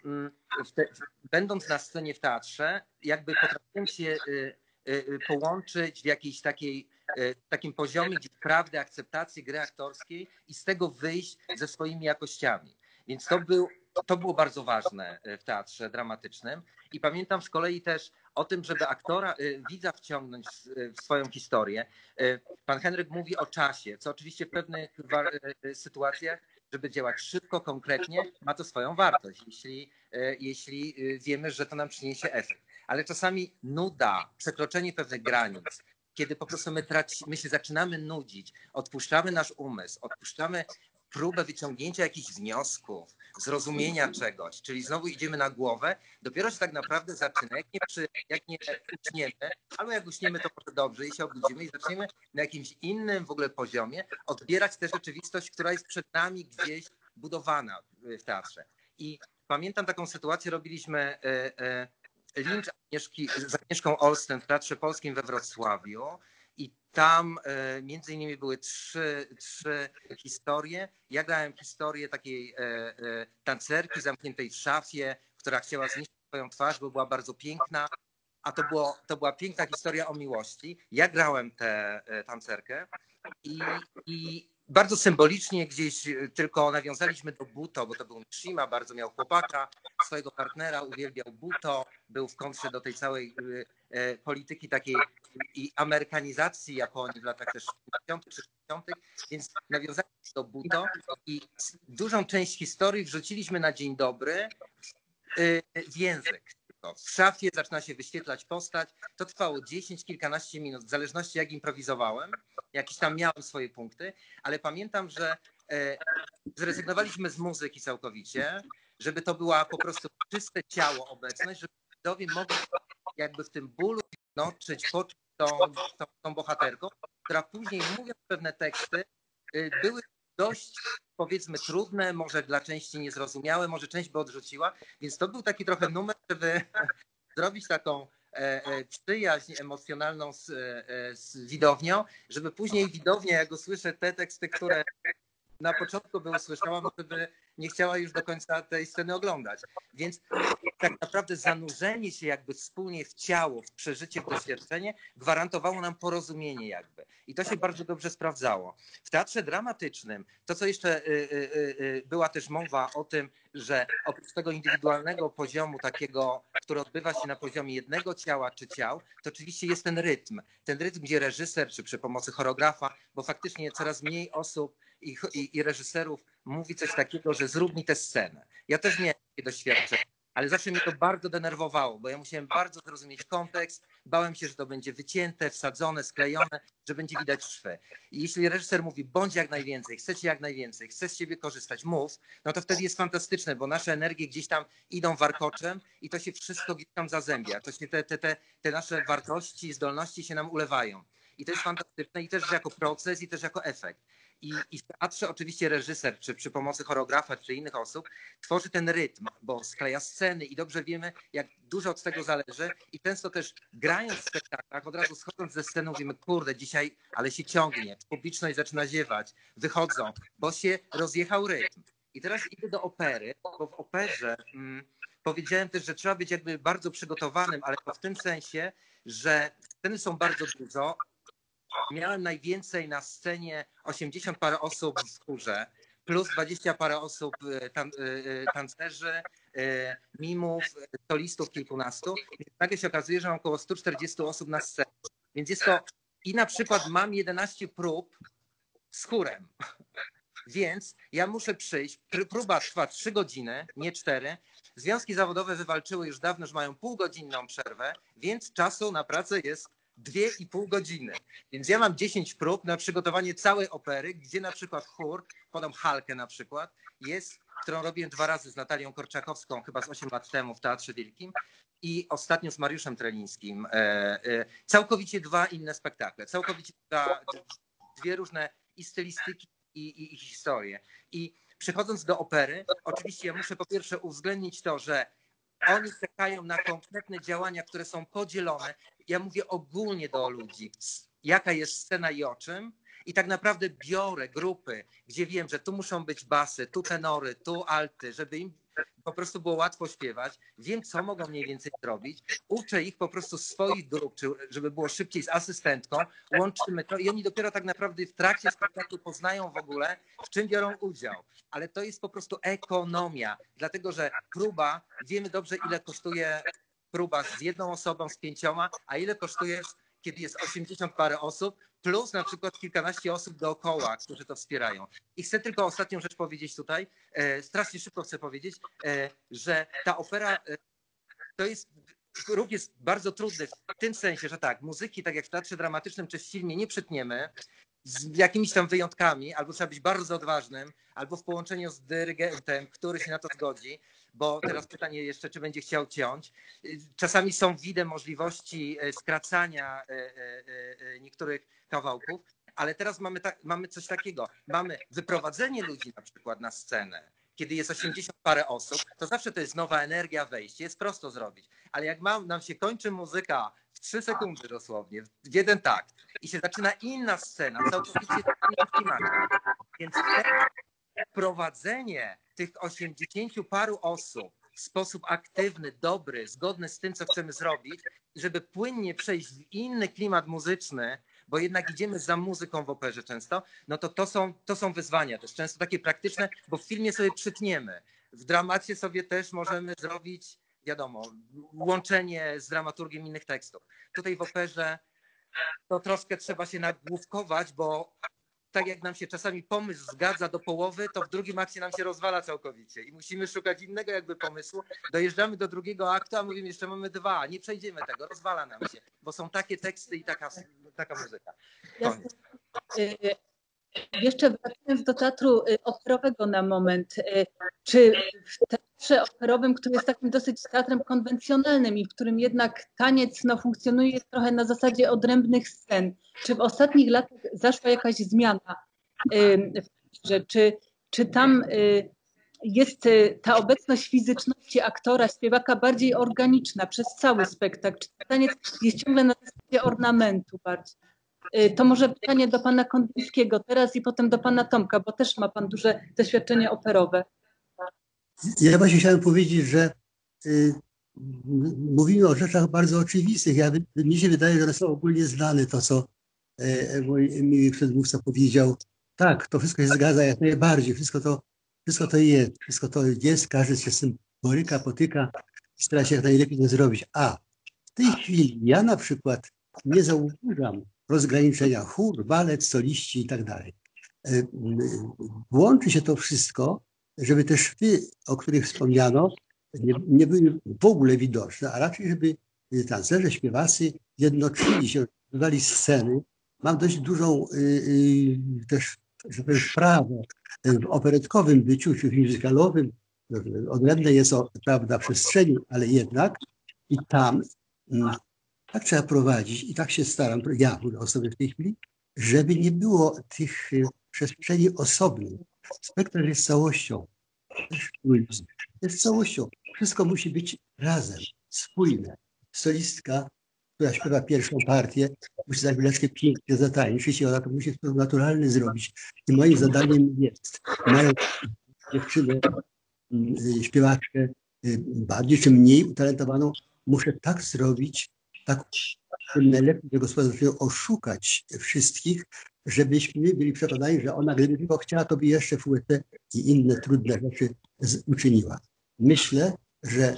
będąc na scenie w teatrze, jakby potrafiłem się połączyć w jakiejś takim poziomie gdzieś prawdy, akceptacji gry aktorskiej i z tego wyjść ze swoimi jakościami. Więc to było bardzo ważne w teatrze dramatycznym. I pamiętam z kolei też o tym, żeby widza wciągnąć w swoją historię. Pan Henryk mówi o czasie, co oczywiście w pewnych sytuacjach, żeby działać szybko, konkretnie, ma to swoją wartość, jeśli wiemy, że to nam przyniesie efekt. Ale czasami nuda, przekroczenie pewnych granic, kiedy po prostu my się zaczynamy nudzić, odpuszczamy nasz umysł, odpuszczamy próbę wyciągnięcia jakichś wniosków, zrozumienia czegoś, czyli znowu idziemy na głowę, dopiero się tak naprawdę zaczyna, jak nie uśniemy, albo jak uśniemy, to może dobrze i się obudzimy i zaczniemy na jakimś innym w ogóle poziomie odbierać tę rzeczywistość, która jest przed nami gdzieś budowana w teatrze. I pamiętam taką sytuację, robiliśmy Lincz z Agnieszką Olsen w Teatrze Polskim we Wrocławiu i tam między innymi były trzy historie. Ja grałem historię takiej tancerki zamkniętej w szafie, która chciała zniszczyć swoją twarz, bo była bardzo piękna, a to była piękna historia o miłości. Ja grałem tę tancerkę i bardzo symbolicznie gdzieś tylko nawiązaliśmy do Buto, bo to był Mishima, bardzo miał chłopaka, swojego partnera, uwielbiał Buto, był w kontrze do tej całej polityki takiej i amerykanizacji Japonii w latach też 50. czy 60., więc nawiązaliśmy do Buto i dużą część historii wrzuciliśmy na dzień dobry w język. W szafie zaczyna się wyświetlać postać. To trwało 10, kilkanaście minut, w zależności jak improwizowałem. Jakieś tam miałem swoje punkty, ale pamiętam, że zrezygnowaliśmy z muzyki całkowicie, żeby to była po prostu czyste ciało obecność, żeby widzowie mogli jakby w tym bólu jednoczyć, poczuć tą bohaterką, która później, mówiąc pewne teksty, były dość, powiedzmy, trudne, może dla części niezrozumiałe, może część by odrzuciła, więc to był taki trochę numer, żeby zrobić taką przyjaźń emocjonalną z widownią, żeby później widownia, jak usłyszę te teksty, które na początku by usłyszała, żeby nie chciała już do końca tej sceny oglądać. Więc tak naprawdę zanurzenie się jakby wspólnie w ciało, w przeżycie, w doświadczenie gwarantowało nam porozumienie jakby. I to się bardzo dobrze sprawdzało. W teatrze dramatycznym, to co jeszcze była też mowa o tym, że oprócz tego indywidualnego poziomu takiego, który odbywa się na poziomie jednego ciała czy ciał, to oczywiście jest ten rytm. Ten rytm, gdzie reżyser, czy przy pomocy choreografa, bo faktycznie coraz mniej osób i reżyserów mówi coś takiego, że zrób mi tę scenę. Ja też miałem takie doświadczenie, ale zawsze mnie to bardzo denerwowało, bo ja musiałem bardzo zrozumieć kontekst, bałem się, że to będzie wycięte, wsadzone, sklejone, że będzie widać szwy. I jeśli reżyser mówi, bądź jak najwięcej, chcecie jak najwięcej, chcę z ciebie korzystać, mów, no to wtedy jest fantastyczne, bo nasze energie gdzieś tam idą warkoczem i to się wszystko gdzieś tam zazębia. To się te nasze wartości, zdolności się nam ulewają. I to jest fantastyczne i też jako proces, i też jako efekt. I w teatrze oczywiście reżyser, czy przy pomocy choreografa, czy innych osób, tworzy ten rytm, bo skleja sceny i dobrze wiemy, jak dużo od tego zależy. I często też grając w spektaklach, od razu schodząc ze sceny mówimy, kurde, dzisiaj, ale się ciągnie, publiczność zaczyna ziewać, wychodzą, bo się rozjechał rytm. I teraz idę do opery, bo w operze powiedziałem też, że trzeba być jakby bardzo przygotowanym, ale to w tym sensie, że sceny są bardzo dużo. Miałem najwięcej na scenie 80 parę osób w chórze, plus 20 parę osób tancerzy, mimów, solistów kilkunastu. Więc nagle się okazuje, że mam około 140 osób na scenie. Więc jest to i na przykład mam 11 prób z chórem. Więc ja muszę przyjść, próba trwa 3 godziny, nie 4. Związki zawodowe wywalczyły już dawno, że mają półgodzinną przerwę, więc czasu na pracę jest 2,5 godziny. Więc ja mam 10 prób na przygotowanie całej opery, gdzie na przykład chór, podam Halkę na przykład, jest, którą robiłem 2 razy z Natalią Korczakowską, chyba z 8 lat temu w Teatrze Wielkim i ostatnio z Mariuszem Trelińskim. Całkowicie 2 inne spektakle, całkowicie 2 różne i stylistyki, i historie. I przychodząc do opery, oczywiście ja muszę po pierwsze uwzględnić to, że oni czekają na konkretne działania, które są podzielone. Ja mówię ogólnie do ludzi, jaka jest scena i o czym. I tak naprawdę biorę grupy, gdzie wiem, że tu muszą być basy, tu tenory, tu alty, żeby im po prostu było łatwo śpiewać. Wiem, co mogą mniej więcej zrobić. Uczę ich po prostu swoich grup, żeby było szybciej z asystentką. Łączymy to i oni dopiero tak naprawdę w trakcie spektaklu poznają w ogóle, w czym biorą udział. Ale to jest po prostu ekonomia, dlatego że próba, wiemy dobrze, ile kosztuje próba z 1 osobą, z 5, a ile kosztuje, kiedy jest 80 parę osób, plus na przykład kilkanaście osób dookoła, którzy to wspierają. I chcę tylko ostatnią rzecz powiedzieć tutaj, strasznie szybko chcę powiedzieć, że ta opera to jest, ruch jest bardzo trudny w tym sensie, że tak, muzyki, tak jak w teatrze dramatycznym czy w filmie nie przytniemy, z jakimiś tam wyjątkami, albo trzeba być bardzo odważnym, albo w połączeniu z dyrygentem, który się na to zgodzi, bo teraz pytanie jeszcze, czy będzie chciał ciąć. Czasami są widne możliwości skracania niektórych kawałków, ale teraz mamy coś takiego. Mamy wyprowadzenie ludzi na przykład na scenę, kiedy jest 80 parę osób, to zawsze to jest nowa energia, wejście, jest prosto zrobić. Ale jak nam się kończy muzyka w 3 sekundy dosłownie, w jeden takt i się zaczyna inna scena, całkowicie w innym klimacie. Więc wprowadzenie tych 80 paru osób w sposób aktywny, dobry, zgodny z tym, co chcemy zrobić, żeby płynnie przejść w inny klimat muzyczny, bo jednak idziemy za muzyką w operze często, no to są wyzwania też często takie praktyczne, bo w filmie sobie przytniemy. W dramacie sobie też możemy zrobić, wiadomo, łączenie z dramaturgiem innych tekstów. Tutaj w operze to troszkę trzeba się nagłówkować, bo tak jak nam się czasami pomysł zgadza do połowy, to w drugim akcie nam się rozwala całkowicie i musimy szukać innego jakby pomysłu. Dojeżdżamy do drugiego aktu, a mówimy, jeszcze mamy 2, nie przejdziemy tego, rozwala nam się, bo są takie teksty i taka muzyka. Koniec. Jeszcze wracając do teatru operowego na moment, czy w teatrze operowym, który jest takim dosyć teatrem konwencjonalnym i w którym jednak taniec funkcjonuje trochę na zasadzie odrębnych scen, czy w ostatnich latach zaszła jakaś zmiana? Czy tam jest ta obecność fizyczności aktora, śpiewaka bardziej organiczna przez cały spektakl? Czy taniec jest ciągle na zasadzie ornamentu bardziej? To może pytanie do pana Kondyńskiego teraz i potem do pana Tomka, bo też ma pan duże doświadczenie operowe. Ja właśnie chciałem powiedzieć, że mówimy o rzeczach bardzo oczywistych. Mi się wydaje, że one są ogólnie znane, to co mój miły przedmówca powiedział. Tak, to wszystko się zgadza jak najbardziej. Wszystko to jest, każdy się z tym boryka, potyka i stara się jak najlepiej to zrobić. A w tej chwili ja na przykład nie zauważam rozgraniczenia chór, balet, soliści i tak dalej. Łączy się to wszystko, żeby te szwy, o których wspomniano, nie były w ogóle widoczne, a raczej żeby tancerze, śpiewacy jednoczyli się, dodali sceny. Mam dość dużą też wprawę w operetkowym byciu, czy w muzykalowym. Odrębne jest prawda przestrzeni, ale jednak i tam tak trzeba prowadzić i tak się staram, ja mówię o sobie w tej chwili, żeby nie było tych przestrzeni osobnych. Spektakl jest całością. Jest całością. Wszystko musi być razem, spójne. Solistka, która śpiewa pierwszą partię, musi za chwileczkę pięknie zatańczyć i ona to musi w sposób naturalny zrobić. I moim zadaniem jest, mają dziewczynę, śpiewaczkę bardziej czy mniej utalentowaną, muszę tak zrobić, tak najlepiej tego sposobu oszukać wszystkich, żebyśmy byli przekonani, że ona, gdyby tylko chciała, to by jeszcze FUET i inne trudne rzeczy uczyniła. Myślę, że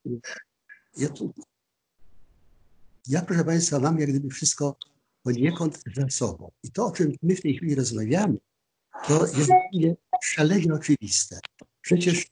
ja, proszę Państwa, mam jak gdyby wszystko poniekąd za sobą. I to, o czym my w tej chwili rozmawiamy, to jest szalenie oczywiste. Przecież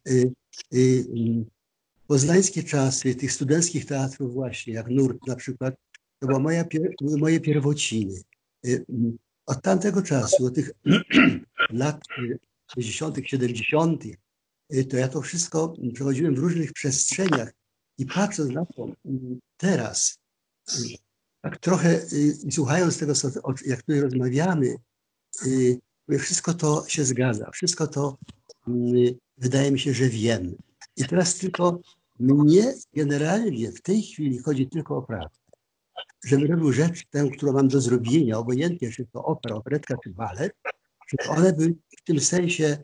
poznańskie czasy tych studenckich teatrów właśnie, jak Nurt na przykład, to były moje pierwociny. Od tamtego czasu, od tych lat 60., 70., to ja to wszystko przechodziłem w różnych przestrzeniach i patrząc na to teraz, tak trochę słuchając tego, jak tutaj rozmawiamy, wszystko to się zgadza, wszystko to wydaje mi się, że wiem. I teraz tylko mnie generalnie w tej chwili chodzi tylko o pracę. Żebym robił rzecz tę, którą mam do zrobienia, obojętnie czy to opera, operetka czy balet, żeby one były w tym sensie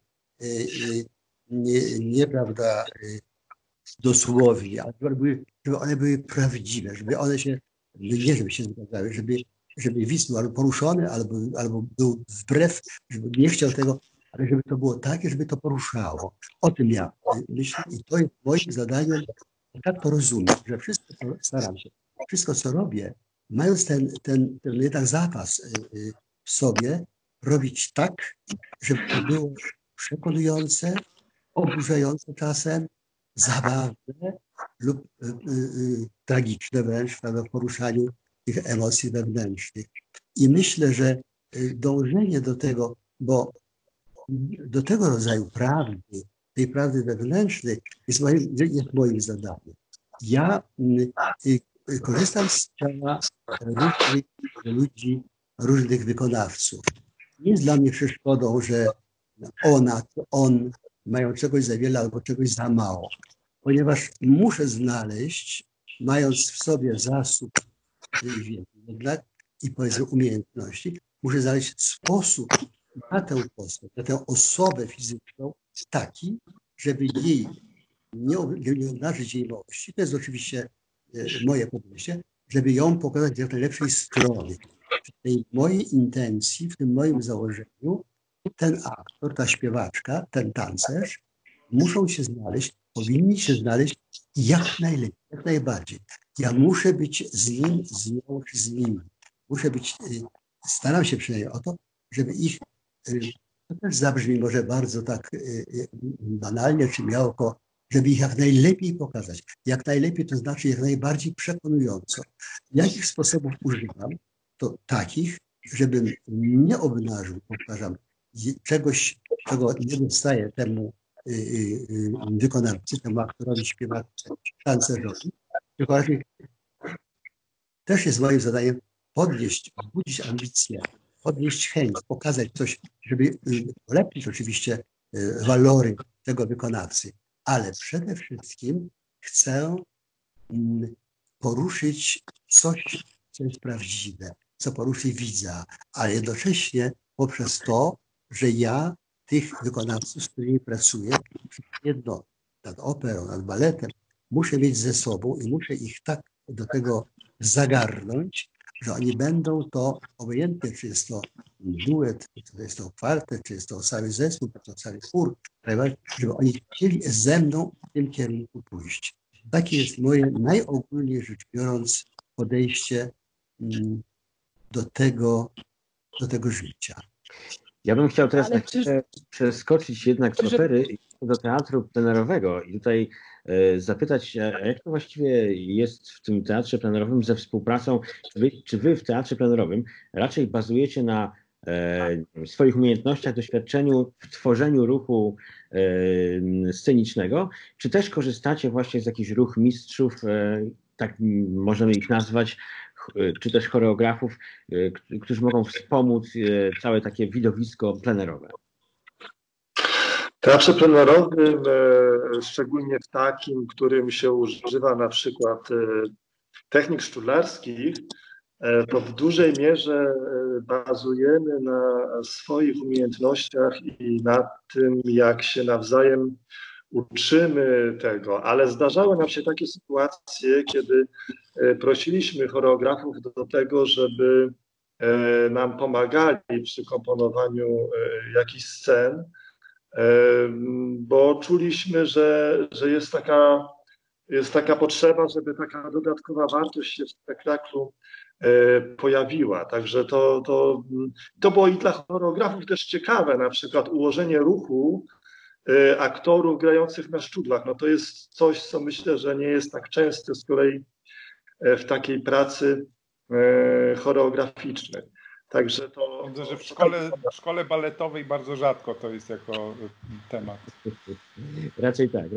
nieprawda dosłownie, ale żeby one były prawdziwe, żeby one się, nie żeby się zgadzały, żeby wisł albo poruszony, albo był wbrew, żeby nie chciał tego, ale żeby to było takie, żeby to poruszało. O tym ja myślę i to jest moim zadaniem, tak to rozumiem, że wszystko, co staram się, wszystko, co robię, mając ten jednak zapas w sobie, robić tak, żeby to było przekonujące, oburzające czasem, zabawne lub tragiczne wręcz w poruszaniu tych emocji wewnętrznych. I myślę, że dążenie do tego, bo do tego rodzaju prawdy, tej prawdy wewnętrznej jest moim zadaniem. Ja korzystam z ciała różnych ludzi, różnych wykonawców. Nie jest dla mnie przeszkodą, że ona, on mają czegoś za wiele albo czegoś za mało. Ponieważ muszę znaleźć, mając w sobie zasób wiedzy jednak i powiedzmy umiejętności, muszę znaleźć sposób na tę postać, na tę osobę fizyczną taki, żeby jej nie obnażyć jej miłości. To jest oczywiście moje podejście, żeby ją pokazać z jak najlepszej strony. W tej mojej intencji, w tym moim założeniu, ten aktor, ta śpiewaczka, ten tancerz muszą się znaleźć, powinni się znaleźć jak najlepiej, jak najbardziej. Ja muszę być z nim, z nią, czy z nimi. Muszę być, staram się przynajmniej o to, żeby ich, to też zabrzmi może bardzo tak banalnie czy miałko, żeby ich jak najlepiej pokazać. Jak najlepiej to znaczy jak najbardziej przekonująco. Jakich sposobów używam? To takich, żebym nie obnażył, powtarzam, czegoś, czego nie dostaje temu wykonawcy, temu aktorowi, śpiewacy, tancerzowi, tylko raczej też jest moim zadaniem podnieść, budzić ambicje, podnieść chęć, pokazać coś, żeby ulepszyć oczywiście walory tego wykonawcy, ale przede wszystkim chcę poruszyć coś, co jest prawdziwe, co poruszy widza, ale jednocześnie poprzez to, że ja tych wykonawców, z którymi pracuję, jedno nad operą, nad baletem, muszę mieć ze sobą i muszę ich tak do tego zagarnąć, że oni będą to, obojętnie czy jest to duet, czy to jest to kwartet, czy jest to cały zespół, czy to cały chór, żeby oni chcieli ze mną w tym kierunku pójść. Takie jest moje najogólniej rzecz biorąc podejście do tego życia. Ja bym chciał teraz przeskoczyć jednak z opery do teatru plenerowego i tutaj zapytać, jak to właściwie jest w tym teatrze plenerowym ze współpracą? Czy wy w teatrze plenerowym raczej bazujecie na swoich umiejętnościach, doświadczeniu w tworzeniu ruchu scenicznego, czy też korzystacie właśnie z jakichś ruch mistrzów, tak możemy ich nazwać, czy też choreografów, którzy mogą wspomóc całe takie widowisko plenerowe? W teatrze plenerowym, szczególnie w takim, którym się używa na przykład technik sztularskich, to w dużej mierze bazujemy na swoich umiejętnościach i na tym, jak się nawzajem uczymy tego, ale zdarzały nam się takie sytuacje, kiedy prosiliśmy choreografów do tego, żeby nam pomagali przy komponowaniu jakichś scen, bo czuliśmy, że jest taka potrzeba, żeby taka dodatkowa wartość się w spektaklu pojawiła. Także to było i dla choreografów też ciekawe, na przykład ułożenie ruchu aktorów grających na szczudłach. No to jest coś, co myślę, że nie jest tak częste z kolei w takiej pracy choreograficznej. Także to... Widzę, że w szkole baletowej bardzo rzadko to jest jako temat. Raczej tak.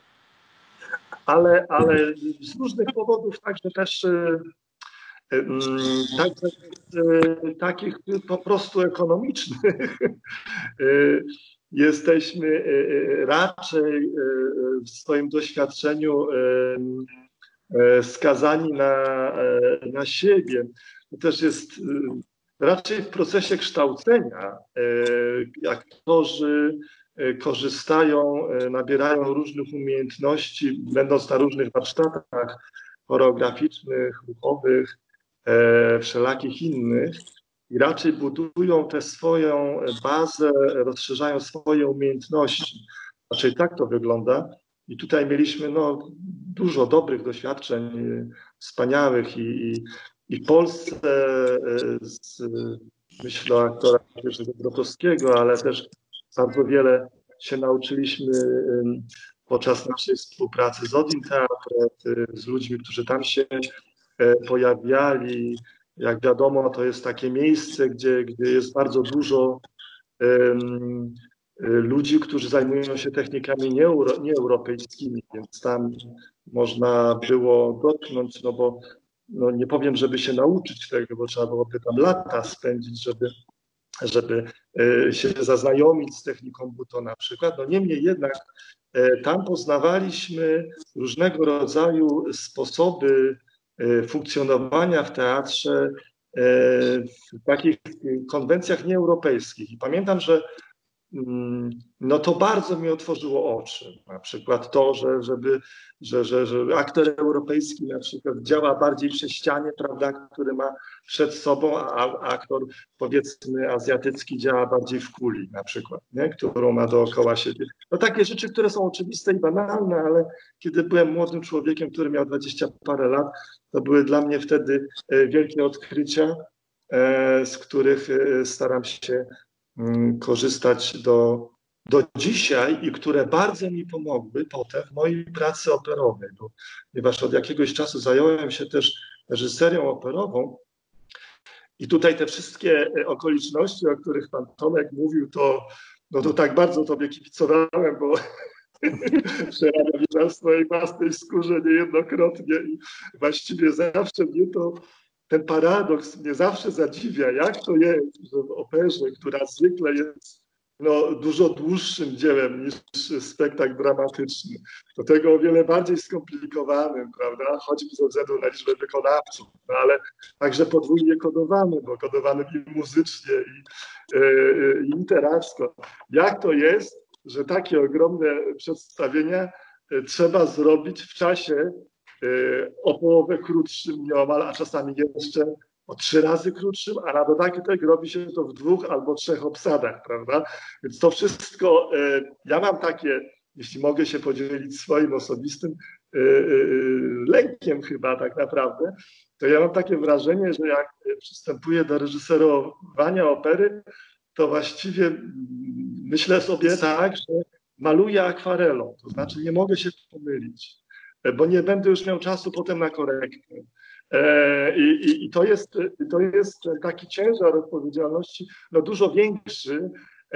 Ale z różnych powodów także też takich po prostu ekonomicznych jesteśmy raczej w swoim doświadczeniu skazani na siebie. To też jest raczej w procesie kształcenia. Aktorzy korzystają, nabierają różnych umiejętności, będąc na różnych warsztatach choreograficznych, ruchowych, wszelakich innych i raczej budują tę swoją bazę, rozszerzają swoje umiejętności. Raczej tak to wygląda. I tutaj mieliśmy dużo dobrych doświadczeń, wspaniałych i w Polsce, myślę o aktorach Jerzego Grotowskiego, ale też bardzo wiele się nauczyliśmy podczas naszej współpracy z Odin Teatr, z ludźmi, którzy tam się pojawiali. Jak wiadomo, to jest takie miejsce, gdzie jest bardzo dużo ludzi, którzy zajmują się technikami nieeuropejskimi, więc tam można było dotknąć, bo nie powiem, żeby się nauczyć tego, bo trzeba byłoby tam lata spędzić, żeby żeby się zaznajomić z techniką Buto na przykład. No niemniej jednak tam poznawaliśmy różnego rodzaju sposoby funkcjonowania w teatrze w takich konwencjach nieeuropejskich. I pamiętam, że no to bardzo mi otworzyło oczy. Na przykład to, że aktor europejski na przykład działa bardziej przy ścianie, prawda, który ma przed sobą, a aktor powiedzmy azjatycki działa bardziej w kuli na przykład, nie? Którą ma dookoła siebie. No takie rzeczy, które są oczywiste i banalne, ale kiedy byłem młodym człowiekiem, który miał 20 parę lat, to były dla mnie wtedy wielkie odkrycia, z których staram się korzystać do dzisiaj i które bardzo mi pomogły potem w mojej pracy operowej, ponieważ od jakiegoś czasu zająłem się też reżyserią operową i tutaj te wszystkie okoliczności, o których pan Tomek mówił, to tak bardzo tobie kibicowałem, bo przerabiam w swojej własnej skórze niejednokrotnie i właściwie zawsze mnie ten paradoks mnie zawsze zadziwia, jak to jest, że w operze, która zwykle jest dużo dłuższym dziełem niż spektakl dramatyczny, do tego o wiele bardziej skomplikowanym, prawda, choćby ze względu na liczbę wykonawców, no ale także podwójnie kodowanym, bo kodowanym i muzycznie, i literacko. Jak to jest, że takie ogromne przedstawienia trzeba zrobić w czasie o połowę krótszym nieomal, a czasami jeszcze o 3 razy krótszym, a na dodatek robi się to w 2 albo 3 obsadach, prawda? Więc to wszystko, ja mam takie, jeśli mogę się podzielić swoim osobistym lękiem chyba tak naprawdę, to ja mam takie wrażenie, że jak przystępuję do reżyserowania opery, to właściwie myślę sobie tak, że maluję akwarelą, to znaczy nie mogę się pomylić, bo nie będę już miał czasu potem na korektę. I to jest taki ciężar odpowiedzialności dużo większy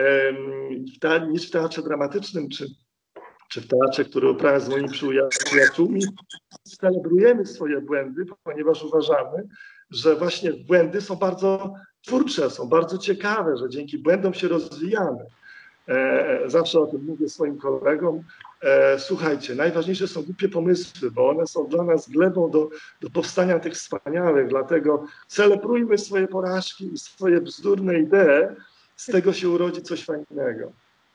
niż w teatrze dramatycznym, czy w teatrze, który uprawiam z moimi przyjaciółmi. Celebrujemy swoje błędy, ponieważ uważamy, że właśnie błędy są bardzo twórcze, są bardzo ciekawe, że dzięki błędom się rozwijamy. Zawsze o tym mówię swoim kolegom. Słuchajcie, najważniejsze są głupie pomysły, bo one są dla nas glebą do powstania tych wspaniałych, dlatego celebrujmy swoje porażki i swoje bzdurne idee, z tego się urodzi coś fajnego.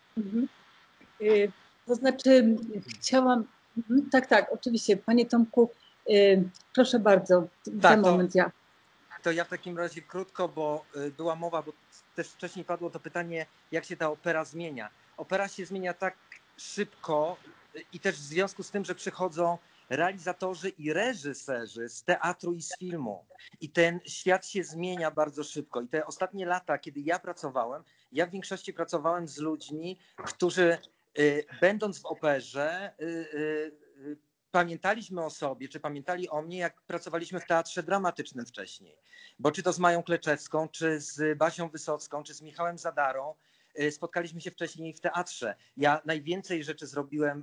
To znaczy chciałam, tak, oczywiście, panie Tomku, proszę bardzo, ten moment ja. To ja w takim razie krótko, bo była mowa, bo też wcześniej padło to pytanie, jak się ta opera zmienia. Opera się zmienia tak szybko i też w związku z tym, że przychodzą realizatorzy i reżyserzy z teatru i z filmu. I ten świat się zmienia bardzo szybko. I te ostatnie lata, kiedy ja pracowałem, ja w większości pracowałem z ludźmi, którzy będąc w operze pamiętaliśmy o sobie, czy pamiętali o mnie, jak pracowaliśmy w teatrze dramatycznym wcześniej. Bo czy to z Mają Kleczewską, czy z Basią Wysocką, czy z Michałem Zadarą, spotkaliśmy się wcześniej w teatrze. Ja najwięcej rzeczy zrobiłem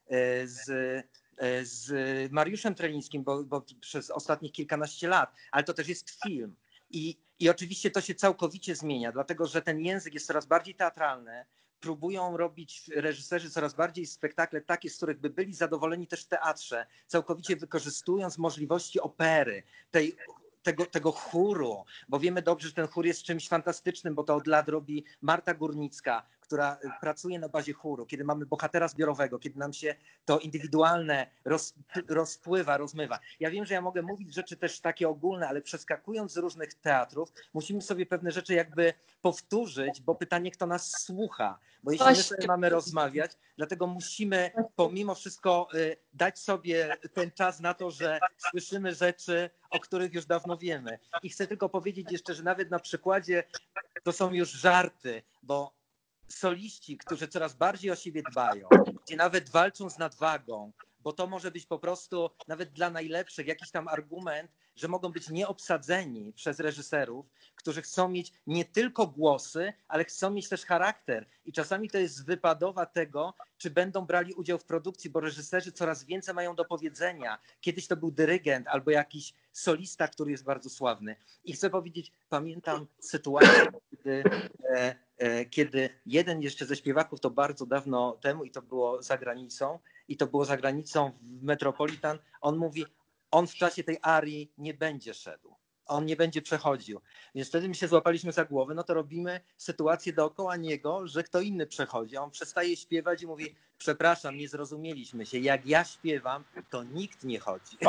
z Mariuszem Trelińskim, bo przez ostatnich kilkanaście lat, ale to też jest film. I oczywiście to się całkowicie zmienia, dlatego że ten język jest coraz bardziej teatralny. Próbują robić reżyserzy coraz bardziej spektakle takie, z których by byli zadowoleni też w teatrze, całkowicie wykorzystując możliwości opery, tego chóru, bo wiemy dobrze, że ten chór jest czymś fantastycznym, bo to od lat robi Marta Górnicka, która pracuje na bazie chóru, kiedy mamy bohatera zbiorowego, kiedy nam się to indywidualne rozpływa, rozmywa. Ja wiem, że ja mogę mówić rzeczy też takie ogólne, ale przeskakując z różnych teatrów, musimy sobie pewne rzeczy jakby powtórzyć, bo pytanie, kto nas słucha. Bo jeśli my sobie mamy rozmawiać, dlatego musimy pomimo wszystko dać sobie ten czas na to, że słyszymy rzeczy, o których już dawno wiemy. I chcę tylko powiedzieć jeszcze, że nawet na przykładzie to są już żarty, bo soliści, którzy coraz bardziej o siebie dbają, gdzie nawet walczą z nadwagą, bo to może być po prostu nawet dla najlepszych jakiś tam argument, że mogą być nieobsadzeni przez reżyserów, którzy chcą mieć nie tylko głosy, ale chcą mieć też charakter. I czasami to jest wypadowa tego, czy będą brali udział w produkcji, bo reżyserzy coraz więcej mają do powiedzenia. Kiedyś to był dyrygent albo jakiś solista, który jest bardzo sławny. I chcę powiedzieć, pamiętam sytuację, kiedy jeden jeszcze ze śpiewaków, to bardzo dawno temu i to było za granicą w Metropolitan, on mówi, on w czasie tej arii nie będzie szedł. On nie będzie przechodził. Więc wtedy my się złapaliśmy za głowę, no to robimy sytuację dookoła niego, że kto inny przechodzi. A on przestaje śpiewać i mówi, przepraszam, nie zrozumieliśmy się. Jak ja śpiewam, to nikt nie chodzi.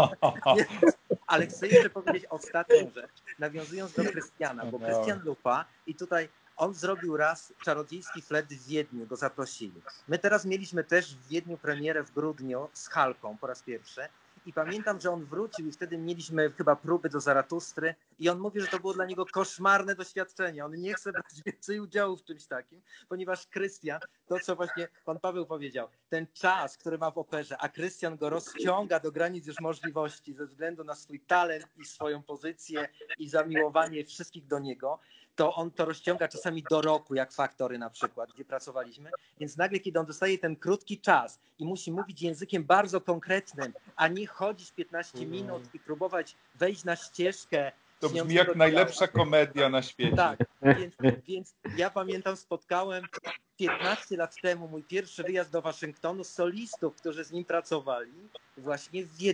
Ale chcę jeszcze powiedzieć ostatnią rzecz, nawiązując do Krystiana, bo Krystian Lupa i tutaj on zrobił raz czarodziejski flet w Wiedniu, go zaprosili. My teraz mieliśmy też w Wiedniu premierę w grudniu z Halką po raz pierwszy. I pamiętam, że on wrócił i wtedy mieliśmy chyba próby do Zaratustry i on mówi, że to było dla niego koszmarne doświadczenie. On nie chce brać więcej udziału w czymś takim, ponieważ Krystian, to co właśnie pan Paweł powiedział, ten czas, który ma w operze, a Krystian go rozciąga do granic już możliwości ze względu na swój talent i swoją pozycję i zamiłowanie wszystkich do niego, to on to rozciąga czasami do roku, jak Faktory na przykład, gdzie pracowaliśmy. Więc nagle, kiedy on dostaje ten krótki czas i musi mówić językiem bardzo konkretnym, a nie chodzić 15 minut i próbować wejść na ścieżkę. To brzmi jak najlepsza komedia na świecie. Tak, więc ja pamiętam, spotkałem 15 lat temu mój pierwszy wyjazd do Waszyngtonu solistów, którzy z nim pracowali właśnie w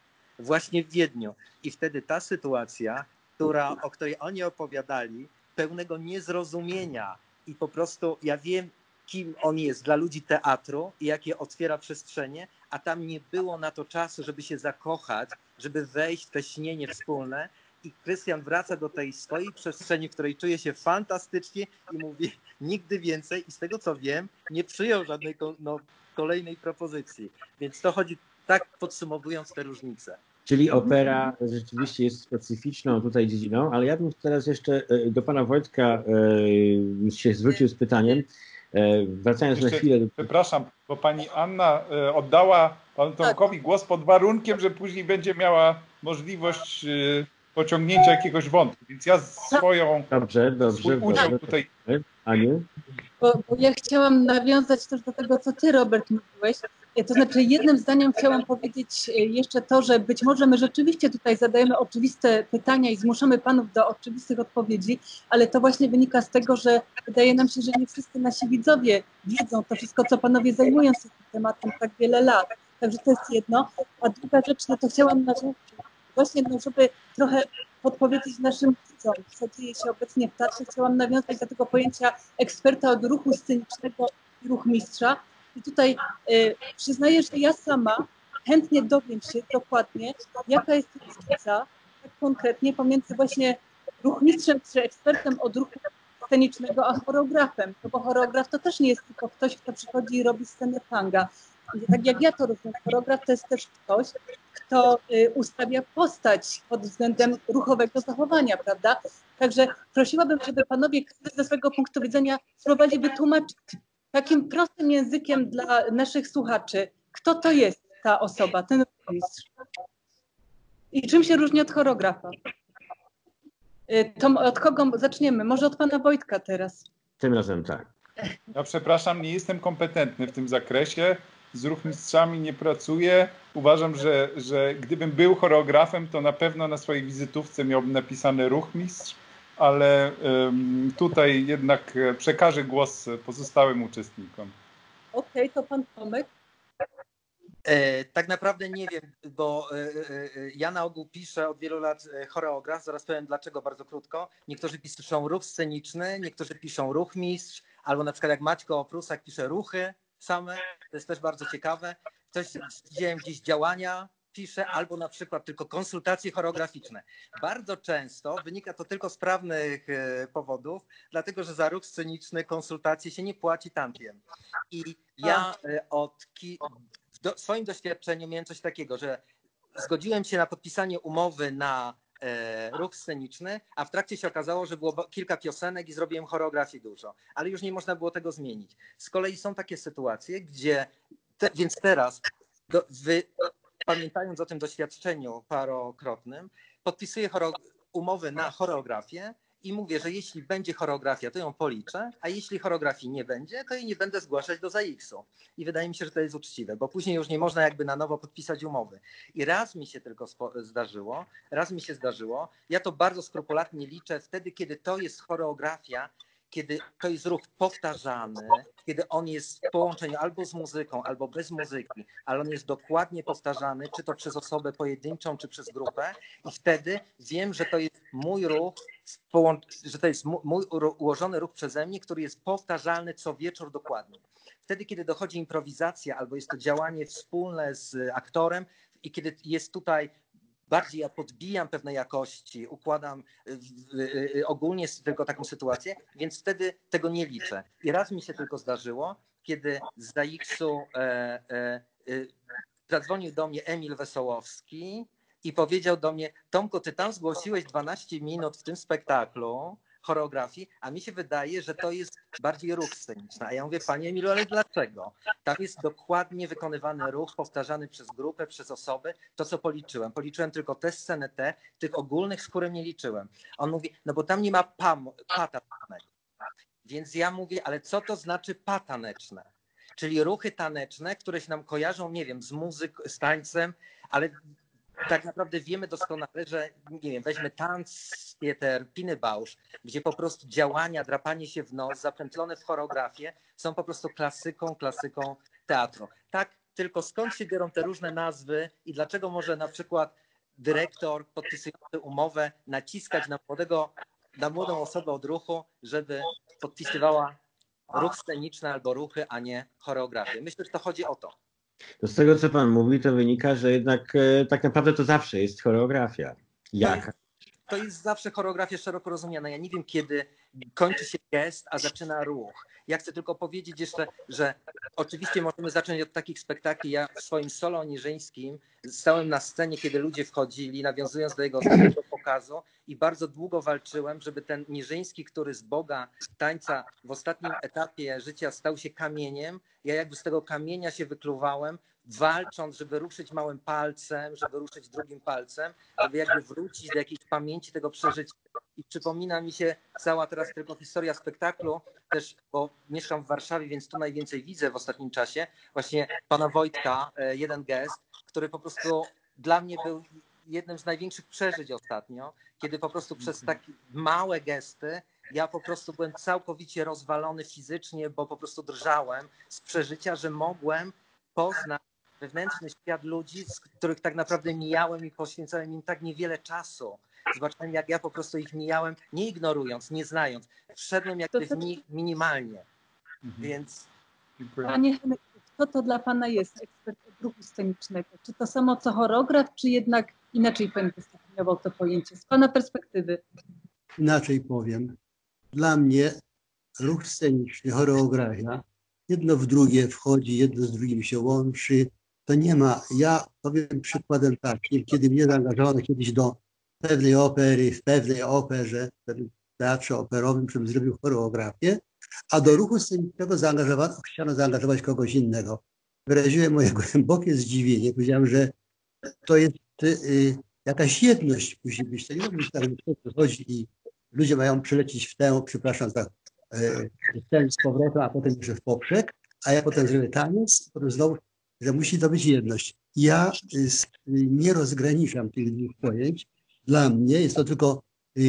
Wiedniu. I wtedy ta sytuacja, o której oni opowiadali, pełnego niezrozumienia i po prostu ja wiem, kim on jest dla ludzi teatru i jakie otwiera przestrzenie, a tam nie było na to czasu, żeby się zakochać, żeby wejść w te śnienie wspólne. I Krystian wraca do tej swojej przestrzeni, w której czuje się fantastycznie i mówi nigdy więcej i z tego co wiem, nie przyjął żadnej kolejnej propozycji. Więc to chodzi, tak podsumowując te różnice. Czyli opera rzeczywiście jest specyficzną tutaj dziedziną, ale ja bym teraz jeszcze do pana Wojtka się zwrócił z pytaniem, wracając na chwilę. Przepraszam, bo pani Anna oddała panu Tomkowi głos pod warunkiem, że później będzie miała możliwość pociągnięcia jakiegoś wątku, więc ja swój udział tutaj... Aniu? Bo ja chciałam nawiązać też do tego, co ty, Robert, mówiłeś. To znaczy, jednym zdaniem chciałam powiedzieć jeszcze to, że być może my rzeczywiście tutaj zadajemy oczywiste pytania i zmuszamy panów do oczywistych odpowiedzi, ale to właśnie wynika z tego, że wydaje nam się, że nie wszyscy nasi widzowie wiedzą to wszystko, co panowie zajmują się tym tematem tak wiele lat. Także to jest jedno. A druga rzecz, no to chciałam właśnie, żeby trochę podpowiedzieć naszym widzom, co dzieje się obecnie w teatrze. Chciałam nawiązać do tego pojęcia eksperta od ruchu scenicznego i ruchmistrza. I tutaj przyznaję, że ja sama chętnie dowiem się dokładnie, jaka jest różnica tak konkretnie pomiędzy właśnie ruchmistrzem czy ekspertem od ruchu scenicznego, a choreografem. No bo choreograf to też nie jest tylko ktoś, kto przychodzi i robi scenę tanga. I tak jak ja to rozumiem, choreograf to jest też ktoś, kto ustawia postać pod względem ruchowego zachowania, prawda? Także prosiłabym, żeby panowie ze swojego punktu widzenia spróbowali wytłumaczyć takim prostym językiem dla naszych słuchaczy, kto to jest ta osoba, ten mistrz. I czym się różni od choreografa? To od kogo zaczniemy? Może od pana Wojtka teraz. Tym razem tak. Ja przepraszam, nie jestem kompetentny w tym zakresie. Z ruchmistrzami nie pracuję. Uważam, że gdybym był choreografem, to na pewno na swojej wizytówce miałbym napisane ruchmistrz, ale tutaj jednak przekażę głos pozostałym uczestnikom. Okej, to pan Tomek. Tak naprawdę nie wiem, bo ja na ogół piszę od wielu lat choreograf, zaraz powiem dlaczego bardzo krótko. Niektórzy piszą ruch sceniczny, niektórzy piszą ruchmistrz, albo na przykład jak Maćko Prusak pisze ruchy same, to jest też bardzo ciekawe. Coś widziałem gdzieś działania pisze, albo na przykład tylko konsultacje choreograficzne. Bardzo często wynika to tylko z prawnych powodów, dlatego że za ruch sceniczny konsultacje się nie płaci tantiem. I ja w swoim doświadczeniu miałem coś takiego, że zgodziłem się na podpisanie umowy na ruch sceniczny, a w trakcie się okazało, że było kilka piosenek i zrobiłem choreografii dużo, ale już nie można było tego zmienić. Z kolei są takie sytuacje, gdzie, więc teraz pamiętając o tym doświadczeniu parokrotnym, podpisuję umowy na choreografię i mówię, że jeśli będzie choreografia, to ją policzę, a jeśli choreografii nie będzie, to jej nie będę zgłaszać do ZAIKS-u. I wydaje mi się, że to jest uczciwe, bo później już nie można jakby na nowo podpisać umowy. I raz mi się tylko zdarzyło, ja to bardzo skrupulatnie liczę wtedy, kiedy to jest choreografia, kiedy to jest ruch powtarzany, kiedy on jest w połączeniu albo z muzyką, albo bez muzyki, ale on jest dokładnie powtarzany, czy to przez osobę pojedynczą, czy przez grupę i wtedy wiem, że to jest mój ruch, że to jest mój ułożony ruch przeze mnie, który jest powtarzalny co wieczór dokładnie. Wtedy, kiedy dochodzi improwizacja, albo jest to działanie wspólne z aktorem i kiedy jest tutaj bardziej ja podbijam pewne jakości, układam ogólnie tylko taką sytuację, więc wtedy tego nie liczę. I raz mi się tylko zdarzyło, kiedy z ZAIKS-u zadzwonił do mnie Emil Wesołowski i powiedział do mnie: Tomku, ty tam zgłosiłeś 12 minut w tym spektaklu choreografii, a mi się wydaje, że to jest bardziej ruch sceniczny. A ja mówię: panie Emilu, ale dlaczego? Tam jest dokładnie wykonywany ruch, powtarzany przez grupę, przez osoby, to co policzyłem. Policzyłem tylko tę scenę, tych ogólnych, z których nie liczyłem. On mówi: no bo tam nie ma pata tanecznego. Więc ja mówię: ale co to znaczy pa taneczne? Czyli ruchy taneczne, które się nam kojarzą, nie wiem, z tańcem, ale tak naprawdę wiemy doskonale, że nie wiem, weźmy Tanztheater Pinnebausch, gdzie po prostu działania, drapanie się w nos, zapętlone w choreografię są po prostu klasyką teatru. Tak, tylko skąd się biorą te różne nazwy i dlaczego może na przykład dyrektor podpisujący umowę naciskać na młodą osobę od ruchu, żeby podpisywała ruch sceniczny albo ruchy, a nie choreografię. Myślę, że to chodzi o to. To z tego, co pan mówi, to wynika, że jednak tak naprawdę to zawsze jest choreografia. Jaka? To jest zawsze choreografia szeroko rozumiana. Ja nie wiem, kiedy kończy się gest, a zaczyna ruch. Ja chcę tylko powiedzieć jeszcze, że oczywiście możemy zacząć od takich spektakli. Ja w swoim solo niżyńskim stałem na scenie, kiedy ludzie wchodzili, nawiązując do jego ostatniego pokazu i bardzo długo walczyłem, żeby ten Niżyński, który z Boga tańca w ostatnim etapie życia stał się kamieniem, ja jakby z tego kamienia się wykluwałem, walcząc, żeby ruszyć małym palcem, żeby ruszyć drugim palcem, żeby jakby wrócić do jakiejś pamięci tego przeżycia. I przypomina mi się cała teraz tylko historia spektaklu, też, bo mieszkam w Warszawie, więc tu najwięcej widzę w ostatnim czasie, właśnie pana Wojtka, jeden gest, który po prostu dla mnie był jednym z największych przeżyć ostatnio, kiedy po prostu przez takie małe gesty ja po prostu byłem całkowicie rozwalony fizycznie, bo po prostu drżałem z przeżycia, że mogłem poznać wewnętrzny świat ludzi, z których tak naprawdę mijałem i poświęcałem im tak niewiele czasu. Zobaczyłem, jak ja po prostu ich mijałem, nie ignorując, nie znając. Wszedłem jakby w nich minimalnie. Więc... Panie Henryku, co to dla pana jest ekspert od ruchu scenicznego? Czy to samo co choreograf, czy jednak inaczej pan zdefiniował to pojęcie z pana perspektywy? Inaczej powiem. Dla mnie ruch sceniczny, choreografia, jedno w drugie wchodzi, jedno z drugim się łączy. To nie ma, ja powiem przykładem takim, kiedy mnie zaangażowano kiedyś do pewnej opery, w pewnej operze, w pewnym teatrze operowym, żebym zrobił choreografię, a do ruchu scenicznego chciano zaangażować kogoś innego. Wyraziłem moje głębokie zdziwienie, powiedziałem, że to jest jakaś jedność musi być. To nie może być tak, że ktoś wychodzi i ludzie mają przylecieć w tę, przepraszam, tak, ten z powrotem, a potem jeszcze w poprzek, a ja potem zrobię taniec, potem znowu, że musi to być jedność. Ja nie rozgraniczam tych dwóch pojęć. Dla mnie jest to tylko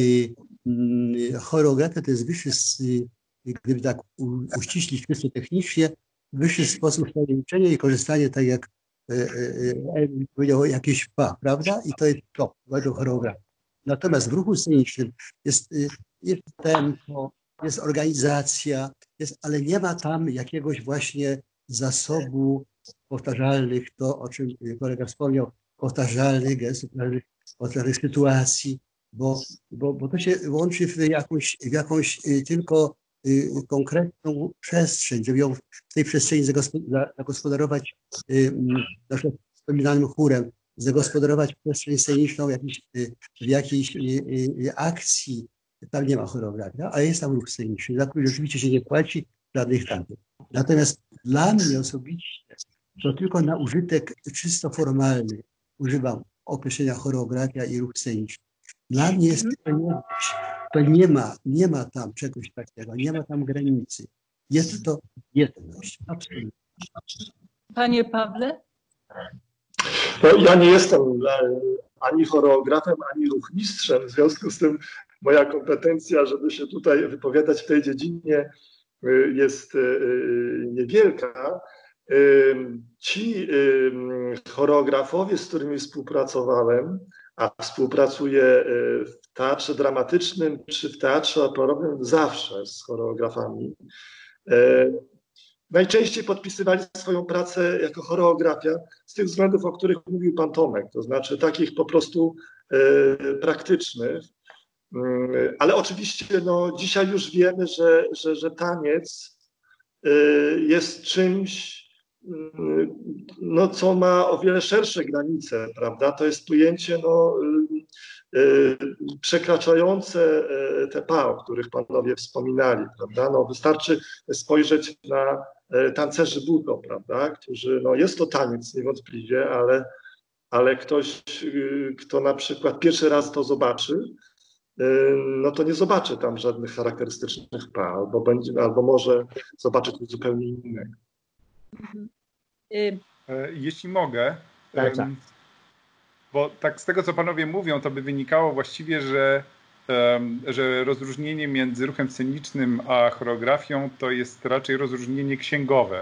choreografia, to jest wyższy, gdyby tak uściślić czysto technicznie, wyższy sposób wtajemniczenia i korzystanie, tak jak powiedział, jakieś prawda? I to jest to, choreografia. Natomiast w ruchu scenicznym jest tempo, jest organizacja, ale nie ma tam jakiegoś właśnie zasobu powtarzalnych, to o czym kolega wspomniał, powtarzalnych gestów, powtarzalnych sytuacji, bo to się łączy w jakąś tylko konkretną przestrzeń, żeby ją w tej przestrzeni zagospodarować, na przykład wspominanym chórem, zagospodarować przestrzeń sceniczną w jakiejś akcji. Tam nie ma choreografii, a jest tam ruch sceniczny, za który rzeczywiście się nie płaci żadnych tamtych. Natomiast dla mnie osobiście to tylko na użytek czysto formalny używam określenia choreografia i ruch sceniczny. Dla mnie jest to to nie ma tam czegoś takiego, nie ma tam granicy. Jest to jedność, absolutnie. Panie Pawle? No, ja nie jestem ani choreografem, ani ruchmistrzem, w związku z tym moja kompetencja, żeby się tutaj wypowiadać w tej dziedzinie, jest niewielka. Ci choreografowie, z którymi współpracowałem, a współpracuję w teatrze dramatycznym czy w teatrze operowym zawsze z choreografami, najczęściej podpisywali swoją pracę jako choreografia z tych względów, o których mówił pan Tomek, to znaczy takich po prostu praktycznych. Ale oczywiście no, dzisiaj już wiemy, że taniec jest czymś, no, co ma o wiele szersze granice, prawda? To jest pojęcie no, przekraczające te PA, o których panowie wspominali, prawda? No, wystarczy spojrzeć na tancerzy budo, prawda? Którzy, no, jest to taniec niewątpliwie, ale ktoś, kto na przykład pierwszy raz to zobaczy, no to nie zobaczy tam żadnych charakterystycznych PA, albo może zobaczyć coś zupełnie innego. Jeśli mogę, tak. bo tak z tego, co panowie mówią, to by wynikało właściwie, że rozróżnienie między ruchem scenicznym a choreografią to jest raczej rozróżnienie księgowe.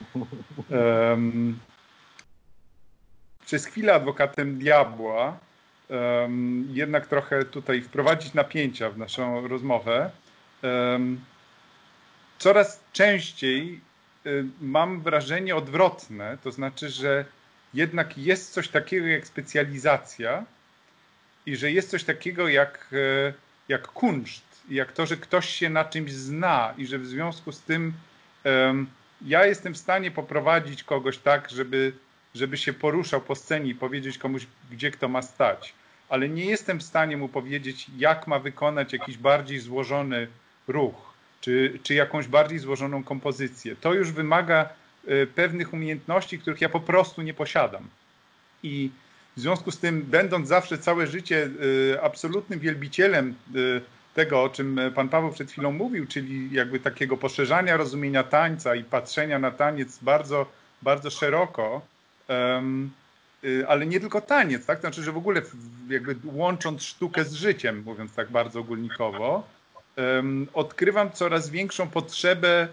Przez chwilę adwokatem diabła, jednak trochę tutaj wprowadzić napięcia w naszą rozmowę. Coraz częściej mam wrażenie odwrotne, to znaczy, że jednak jest coś takiego jak specjalizacja i że jest coś takiego jak kunszt, jak to, że ktoś się na czymś zna i że w związku z tym ja jestem w stanie poprowadzić kogoś tak, żeby się poruszał po scenie i powiedzieć komuś, gdzie kto ma stać. Ale nie jestem w stanie mu powiedzieć, jak ma wykonać jakiś bardziej złożony ruch, czy jakąś bardziej złożoną kompozycję. To już wymaga pewnych umiejętności, których ja po prostu nie posiadam. I w związku z tym, będąc zawsze całe życie absolutnym wielbicielem tego, o czym pan Paweł przed chwilą mówił, czyli jakby takiego poszerzania rozumienia tańca i patrzenia na taniec bardzo, bardzo szeroko, ale nie tylko taniec, tak? Znaczy, że w ogóle jakby łącząc sztukę z życiem, mówiąc tak bardzo ogólnikowo, odkrywam coraz większą potrzebę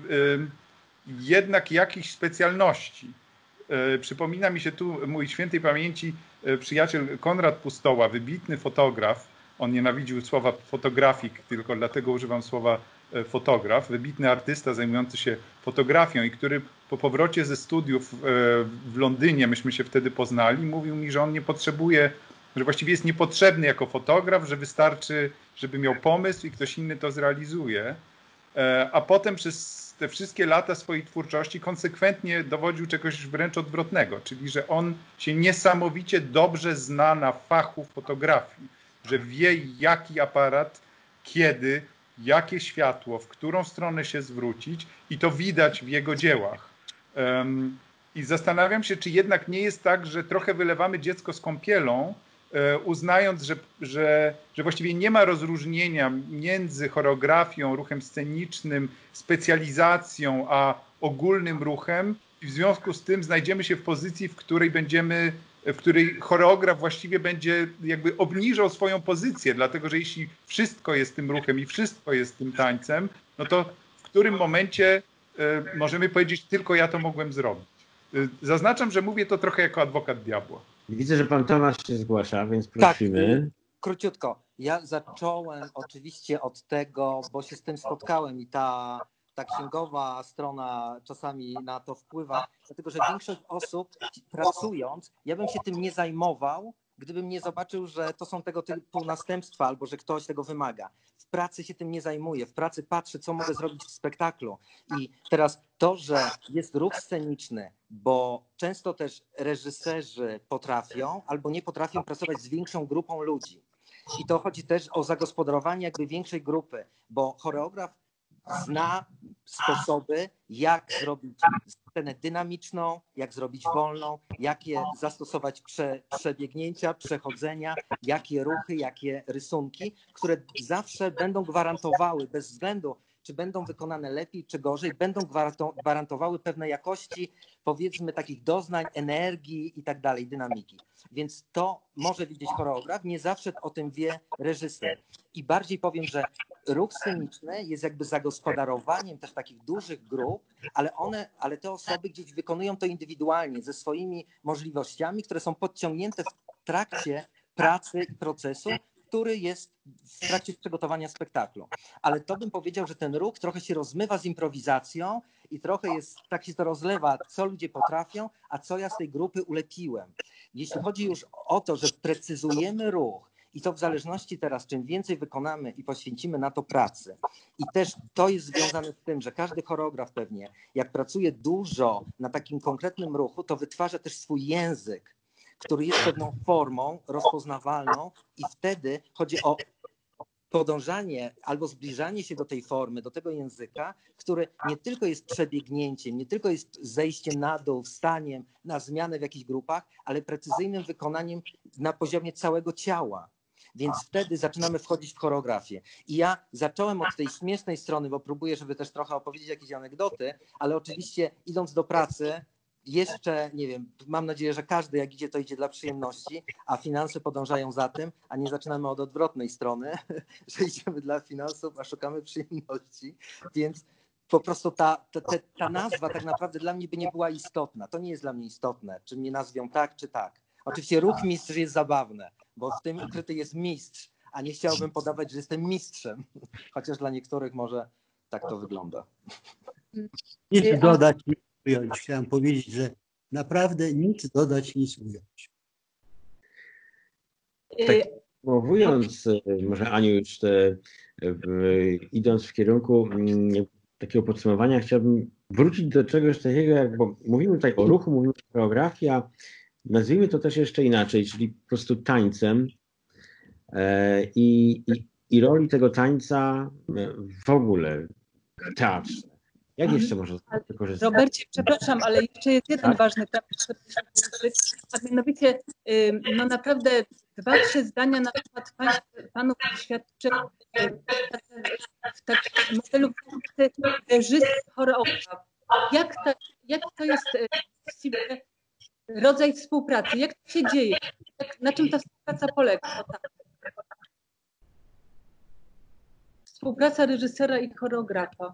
jednak jakichś specjalności. Przypomina mi się tu mój świętej pamięci przyjaciel Konrad Pustoła, wybitny fotograf. On nienawidził słowa fotografik, tylko dlatego używam słowa fotograf. Wybitny artysta zajmujący się fotografią i który po powrocie ze studiów w Londynie, myśmy się wtedy poznali, mówił mi, że on nie potrzebuje, że właściwie jest niepotrzebny jako fotograf, że wystarczy, żeby miał pomysł i ktoś inny to zrealizuje. A potem przez te wszystkie lata swojej twórczości konsekwentnie dowodził czegoś wręcz odwrotnego, czyli że on się niesamowicie dobrze zna na fachu fotografii, że wie, jaki aparat, kiedy, jakie światło, w którą stronę się zwrócić i to widać w jego dziełach. I zastanawiam się, czy jednak nie jest tak, że trochę wylewamy dziecko z kąpielą, uznając, że właściwie nie ma rozróżnienia między choreografią, ruchem scenicznym, specjalizacją, a ogólnym ruchem i w związku z tym znajdziemy się w pozycji, w której choreograf właściwie będzie jakby obniżał swoją pozycję, dlatego że jeśli wszystko jest tym ruchem i wszystko jest tym tańcem, no to w którym momencie możemy powiedzieć, tylko ja to mogłem zrobić. Zaznaczam, że mówię to trochę jako adwokat diabła. Widzę, że pan Tomasz się zgłasza, więc prosimy. Tak, króciutko. Ja zacząłem oczywiście od tego, bo się z tym spotkałem i ta księgowa strona czasami na to wpływa, dlatego że większość osób pracując, ja bym się tym nie zajmował, gdybym nie zobaczył, że to są tego typu następstwa albo że ktoś tego wymaga. W pracy się tym nie zajmuję, w pracy patrzę, co mogę zrobić w spektaklu. I teraz to, że jest ruch sceniczny, bo często też reżyserzy potrafią albo nie potrafią pracować z większą grupą ludzi. I to chodzi też o zagospodarowanie jakby większej grupy, bo choreograf zna sposoby, jak zrobić scenę dynamiczną, jak zrobić wolną, jakie zastosować przebiegnięcia, przechodzenia, jakie ruchy, jakie rysunki, które zawsze będą gwarantowały, bez względu czy będą wykonane lepiej, czy gorzej, będą gwarantowały pewne jakości, powiedzmy, takich doznań, energii i tak dalej, dynamiki. Więc to może widzieć choreograf, nie zawsze o tym wie reżyser. I bardziej powiem, że ruch sceniczny jest jakby zagospodarowaniem też takich dużych grup, ale te osoby gdzieś wykonują to indywidualnie, ze swoimi możliwościami, które są podciągnięte w trakcie pracy i procesu, który jest w trakcie przygotowania spektaklu. Ale to bym powiedział, że ten ruch trochę się rozmywa z improwizacją i trochę jest, tak się to rozlewa, co ludzie potrafią, a co ja z tej grupy ulepiłem. Jeśli chodzi już o to, że precyzujemy ruch i to w zależności teraz, czym więcej wykonamy i poświęcimy na to pracy. I też to jest związane z tym, że każdy choreograf pewnie, jak pracuje dużo na takim konkretnym ruchu, to wytwarza też swój język, który jest pewną formą rozpoznawalną i wtedy chodzi o podążanie albo zbliżanie się do tej formy, do tego języka, który nie tylko jest przebiegnięciem, nie tylko jest zejściem na dół, wstaniem na zmianę w jakichś grupach, ale precyzyjnym wykonaniem na poziomie całego ciała. Więc wtedy zaczynamy wchodzić w choreografię. I ja zacząłem od tej śmiesznej strony, bo próbuję, żeby też trochę opowiedzieć jakieś anegdoty, ale oczywiście idąc do pracy, jeszcze, nie wiem, mam nadzieję, że każdy jak idzie, to idzie dla przyjemności, a finanse podążają za tym, a nie zaczynamy od odwrotnej strony, że idziemy dla finansów, a szukamy przyjemności. Więc po prostu ta nazwa tak naprawdę dla mnie by nie była istotna. To nie jest dla mnie istotne, czy mnie nazwią tak, czy tak. Oczywiście ruch mistrz jest zabawne, bo w tym ukryty jest mistrz, a nie chciałbym podawać, że jestem mistrzem, chociaż dla niektórych może tak to wygląda. Nic dodać, nic ująć. Chciałem powiedzieć, że naprawdę nic dodać, nic ująć. Tak podsumowując, może Aniu, już idąc w kierunku takiego podsumowania, chciałbym wrócić do czegoś takiego, bo mówimy tutaj o ruchu, mówimy o choreografii, a nazwijmy to też jeszcze inaczej, czyli po prostu tańcem i roli tego tańca w ogóle w teatrze. Jak jeszcze można wykorzystać? Robercie, przepraszam, ale jeszcze jest jeden ważny temat, a mianowicie no naprawdę 2-3 zdania na temat panów doświadczeń w takim modelu reżyser, choreograf. Jak to jest właściwie rodzaj współpracy? Jak to się dzieje? Na czym ta współpraca polega? Współpraca reżysera i choreografa.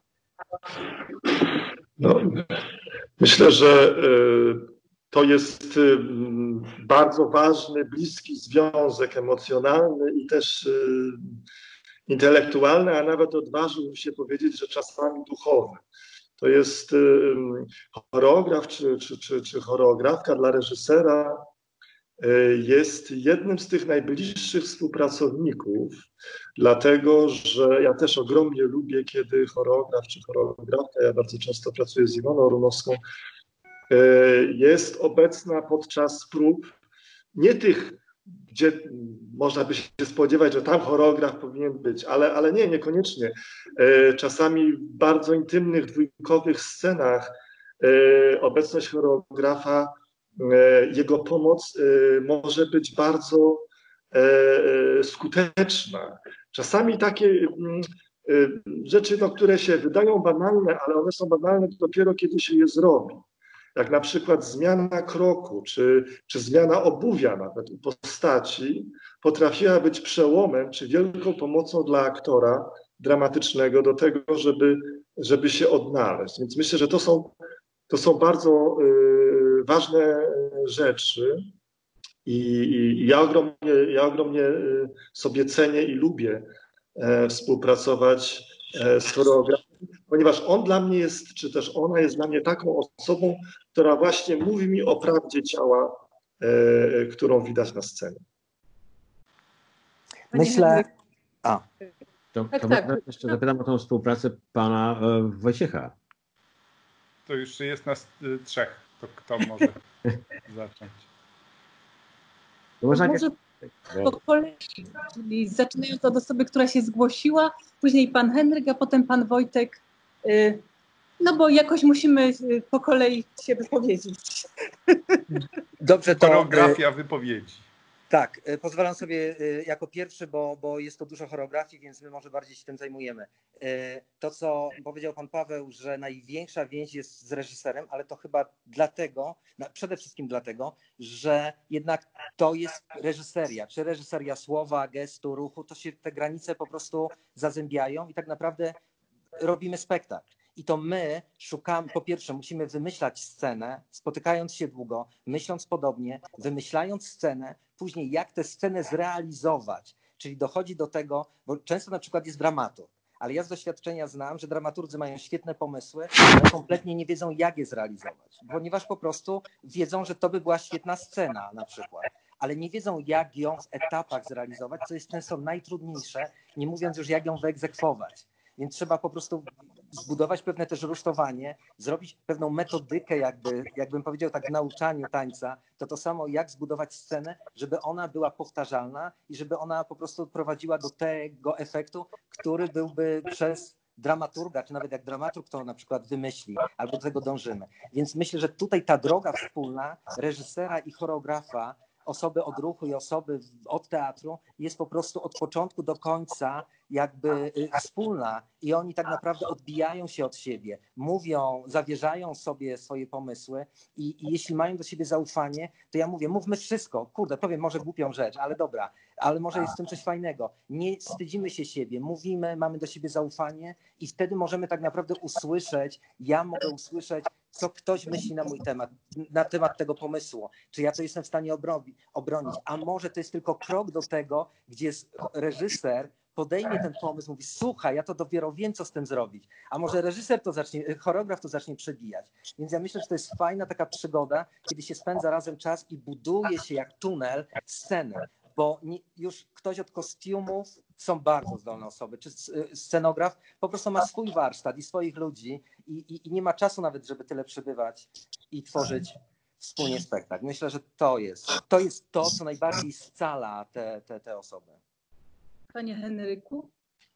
No, myślę, że to jest bardzo ważny, bliski związek emocjonalny i też intelektualny, a nawet odważyłbym się powiedzieć, że czasami duchowy. To jest choreograf czy choreografka dla reżysera jest jednym z tych najbliższych współpracowników, dlatego że ja też ogromnie lubię, kiedy choreograf czy choreografka, ja bardzo często pracuję z Iwoną Runowską, jest obecna podczas prób, nie tych, gdzie można by się spodziewać, że tam choreograf powinien być, ale niekoniecznie. Czasami w bardzo intymnych, dwójkowych scenach obecność choreografa, jego pomoc może być bardzo skuteczna. Czasami takie rzeczy, które się wydają banalne, ale one są banalne dopiero kiedy się je zrobi. Jak na przykład zmiana kroku, czy zmiana obuwia nawet u postaci potrafiła być przełomem, czy wielką pomocą dla aktora dramatycznego do tego, żeby się odnaleźć. Więc myślę, że to są bardzo ważne rzeczy i ja ogromnie sobie cenię i lubię współpracować z choreografem, ponieważ on dla mnie jest, czy też ona jest dla mnie taką osobą, która właśnie mówi mi o prawdzie ciała, którą widać na scenie. Myślę... To jeszcze zapytam o tą współpracę pana Wojciecha. To już jest nas 3, to kto może zacząć? Może po kolei, czyli zaczynając od osoby, która się zgłosiła, później pan Henryk, a potem pan Wojtek. No bo jakoś musimy po kolei się wypowiedzieć. Dobrze, to... Choreografia wypowiedzi. Tak, pozwalam sobie jako pierwszy, bo jest to dużo choreografii, więc my może bardziej się tym zajmujemy. To, co powiedział pan Paweł, że największa więź jest z reżyserem, ale to chyba dlatego, przede wszystkim dlatego, że jednak to jest reżyseria, czy reżyseria słowa, gestu, ruchu, to się te granice po prostu zazębiają i tak naprawdę robimy spektakl. I to my szukamy, po pierwsze musimy wymyślać scenę, spotykając się długo, myśląc podobnie, wymyślając scenę, później jak tę scenę zrealizować. Czyli dochodzi do tego, bo często na przykład jest dramaturg, ale ja z doświadczenia znam, że dramaturgy mają świetne pomysły, ale kompletnie nie wiedzą jak je zrealizować, ponieważ po prostu wiedzą, że to by była świetna scena na przykład, ale nie wiedzą jak ją w etapach zrealizować, co jest często najtrudniejsze, nie mówiąc już jak ją wyegzekwować. Więc trzeba po prostu zbudować pewne też rusztowanie, zrobić pewną metodykę, jakbym powiedział tak w nauczaniu tańca, to samo jak zbudować scenę, żeby ona była powtarzalna i żeby ona po prostu prowadziła do tego efektu, który byłby przez dramaturga, czy nawet jak dramaturg to na przykład wymyśli, albo do tego dążymy. Więc myślę, że tutaj ta droga wspólna reżysera i choreografa, osoby od ruchu i osoby od teatru jest po prostu od początku do końca jakby wspólna i oni tak naprawdę odbijają się od siebie, mówią, zawierzają sobie swoje pomysły i jeśli mają do siebie zaufanie, to ja mówię, mówmy wszystko, kurde, powiem może głupią rzecz, ale dobra, ale może jest w tym coś fajnego. Nie wstydzimy się siebie, mówimy, mamy do siebie zaufanie i wtedy możemy tak naprawdę usłyszeć, ja mogę usłyszeć, co ktoś myśli na temat tego pomysłu, czy ja to jestem w stanie obronić, a może to jest tylko krok do tego, gdzie reżyser podejmie ten pomysł, mówi, słuchaj, ja to dopiero wiem, co z tym zrobić, a może choreograf to zacznie przebijać. Więc ja myślę, że to jest fajna taka przygoda, kiedy się spędza razem czas i buduje się jak tunel scenę, bo już ktoś od kostiumów, są bardzo zdolne osoby, czy scenograf po prostu ma swój warsztat i swoich ludzi i nie ma czasu nawet, żeby tyle przebywać i tworzyć wspólnie spektakl. Myślę, że to jest to, co najbardziej scala te osoby. Panie Henryku?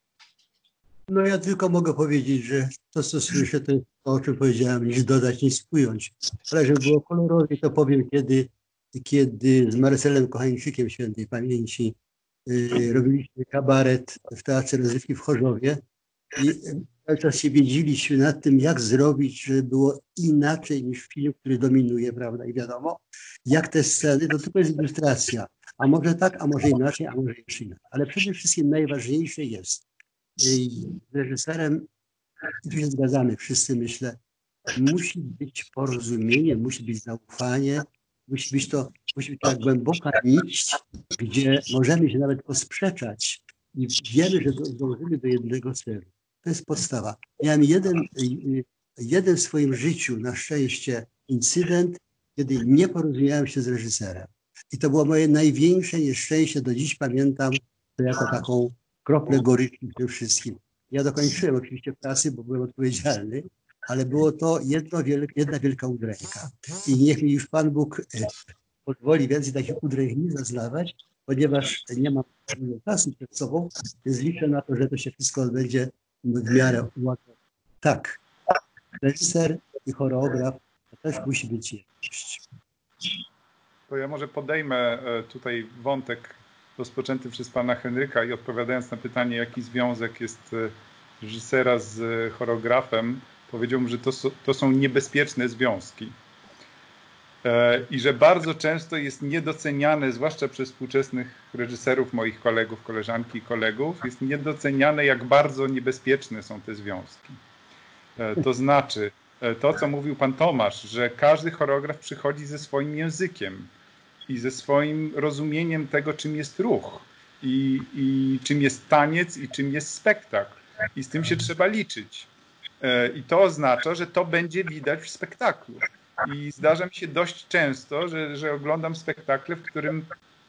No ja tylko mogę powiedzieć, że to, co słyszę, to jest to, o czym powiedziałem, nic dodać, nic ująć. Ale żeby było kolorowo, to powiem, kiedy z Marcelem Kochańczykiem świętej pamięci robiliśmy kabaret w Teatrze Rozrywki w Chorzowie i cały czas się wiedzieliśmy nad tym, jak zrobić, żeby było inaczej niż film, który dominuje, prawda? I wiadomo, jak te sceny, to tylko jest ilustracja. A może tak, a może inaczej, a może jeszcze inaczej. Ale przede wszystkim najważniejsze jest, z reżyserem, i tu się zgadzamy wszyscy, myślę, musi być porozumienie, musi być zaufanie, musi być ta głęboka nić, gdzie możemy się nawet posprzeczać i wiemy, że dążymy do jednego celu. To jest podstawa. Miałem jeden w swoim życiu, na szczęście, incydent, kiedy nie porozumiałem się z reżyserem. I to było moje największe nieszczęście. Do dziś pamiętam to jako taką kroplę goryczy w tym wszystkim. Ja dokończyłem oczywiście pracy, bo byłem odpowiedzialny, ale było to jedna wielka udręka. I niech mi już Pan Bóg pozwoli więcej takich udręk nie zaznawać, ponieważ nie mam dużo czasu przed sobą, więc liczę na to, że to się wszystko odbędzie w miarę łatwo. Tak, reżyser i choreograf to też musi być jedność. To ja może podejmę tutaj wątek rozpoczęty przez pana Henryka i odpowiadając na pytanie, jaki związek jest reżysera z choreografem, powiedziałbym, że to są niebezpieczne związki. I że bardzo często jest niedoceniane, zwłaszcza przez współczesnych reżyserów, moich kolegów, koleżanki i kolegów, jest niedoceniane, jak bardzo niebezpieczne są te związki. To znaczy, to co mówił pan Tomasz, że każdy choreograf przychodzi ze swoim językiem i ze swoim rozumieniem tego, czym jest ruch i czym jest taniec i czym jest spektakl. I z tym się trzeba liczyć. I to oznacza, że to będzie widać w spektaklu. I zdarza mi się dość często, że oglądam spektakle, w którym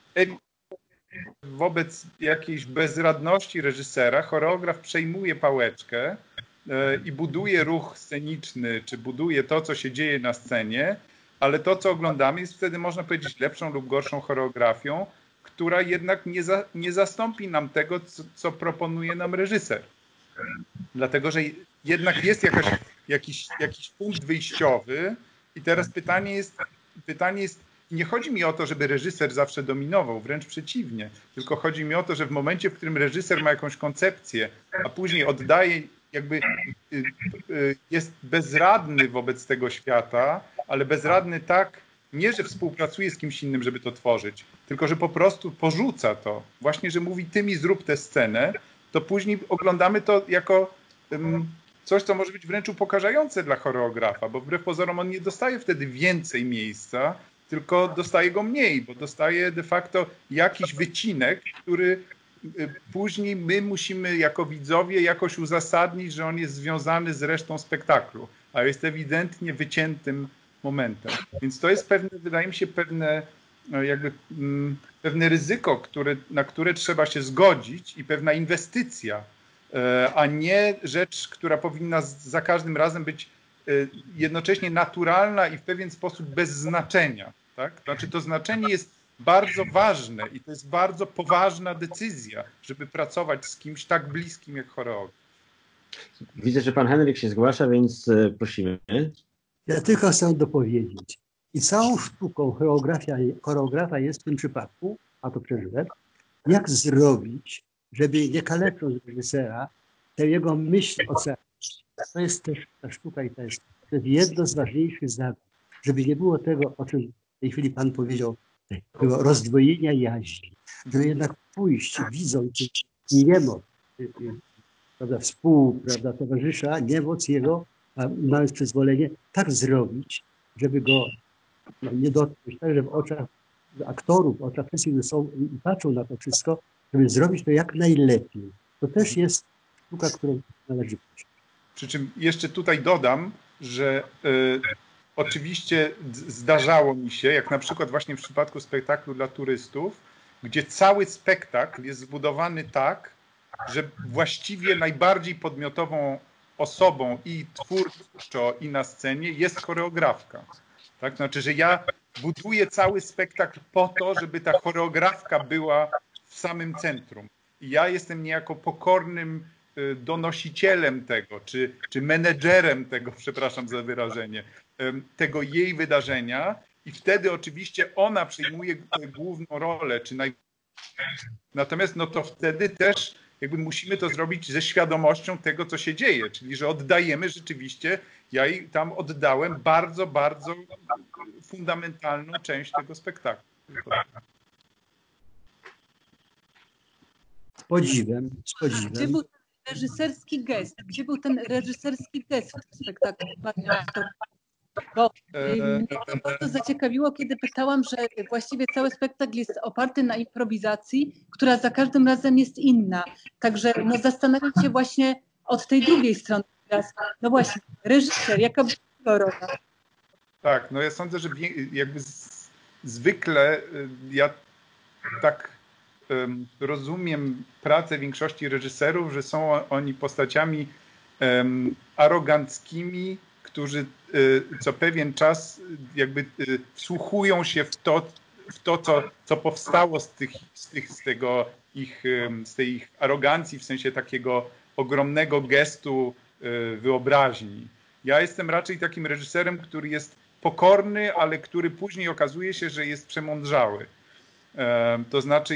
wobec jakiejś bezradności reżysera choreograf przejmuje pałeczkę i buduje ruch sceniczny, czy buduje to, co się dzieje na scenie, ale to, co oglądamy, jest wtedy, można powiedzieć, lepszą lub gorszą choreografią, która jednak nie zastąpi nam tego, co proponuje nam reżyser. Dlatego, że jednak jest jakaś jakiś punkt wyjściowy i teraz pytanie jest, nie chodzi mi o to, żeby reżyser zawsze dominował, wręcz przeciwnie, tylko chodzi mi o to, że w momencie, w którym reżyser ma jakąś koncepcję, a później oddaje, jakby jest bezradny wobec tego świata, ale bezradny tak, nie że współpracuje z kimś innym, żeby to tworzyć, tylko że po prostu porzuca to. Właśnie, że mówi ty mi zrób tę scenę, to później oglądamy to jako coś, co może być wręcz upokarzające dla choreografa, bo wbrew pozorom on nie dostaje wtedy więcej miejsca, tylko dostaje go mniej, bo dostaje de facto jakiś wycinek, który później my musimy jako widzowie jakoś uzasadnić, że on jest związany z resztą spektaklu, a jest ewidentnie wyciętym momentem. Więc to jest pewne, wydaje mi się, pewne ryzyko, na które trzeba się zgodzić i pewna inwestycja, a nie rzecz, która powinna za każdym razem być jednocześnie naturalna i w pewien sposób bez znaczenia. Tak? Znaczy to znaczenie jest bardzo ważne i to jest bardzo poważna decyzja, żeby pracować z kimś tak bliskim jak choreograf. Widzę, że pan Henryk się zgłasza, więc prosimy. Ja tylko chcę dopowiedzieć. I całą sztuką choreografa jest w tym przypadku, a to przeżyłem, jak zrobić, żeby nie kalecząc reżysera, tę jego myśl ocenić. To jest też ta sztuka i to jest jedno z ważniejszych zadań, żeby nie było tego, o czym w tej chwili pan powiedział, było rozdwojenia jaźni, żeby jednak pójść, widząc niemoc, prawda, towarzysza, niemoc jego, a mając przyzwolenie, tak zrobić, żeby go nie dotknąć, tak, że w oczach aktorów, w oczach wszystkich, którzy są i patrzą na to wszystko, żeby zrobić to jak najlepiej. To też jest sztuka, którą należy pójść. Przy czym jeszcze tutaj dodam, że oczywiście zdarzało mi się, jak na przykład właśnie w przypadku spektaklu dla turystów, gdzie cały spektakl jest zbudowany tak, że właściwie najbardziej podmiotową osobą i twórczo, i na scenie jest choreografka. Tak? Znaczy, że ja buduję cały spektakl po to, żeby ta choreografka była w samym centrum. I ja jestem niejako pokornym donosicielem tego, czy menedżerem tego, przepraszam za wyrażenie, tego jej wydarzenia i wtedy oczywiście ona przyjmuje główną rolę. Natomiast no to wtedy też jakby musimy to zrobić ze świadomością tego, co się dzieje, czyli że oddajemy rzeczywiście, ja jej tam oddałem bardzo, bardzo fundamentalną część tego spektaklu. Z podziwem. Gdzie był ten reżyserski gest? Gdzie był ten reżyserski gest w tym spektaklu? Bo mnie to bardzo zaciekawiło, kiedy pytałam, że właściwie cały spektakl jest oparty na improwizacji, która za każdym razem jest inna. Także no, zastanawiam się właśnie od tej drugiej strony teraz. No właśnie, reżyser, jaka była rola? Tak, no ja sądzę, że jakby zwykle ja tak rozumiem pracę większości reżyserów, że są oni postaciami aroganckimi, którzy co pewien czas jakby wsłuchują się w to co powstało z tej ich arogancji, w sensie takiego ogromnego gestu wyobraźni. Ja jestem raczej takim reżyserem, który jest pokorny, ale który później okazuje się, że jest przemądrzały. To znaczy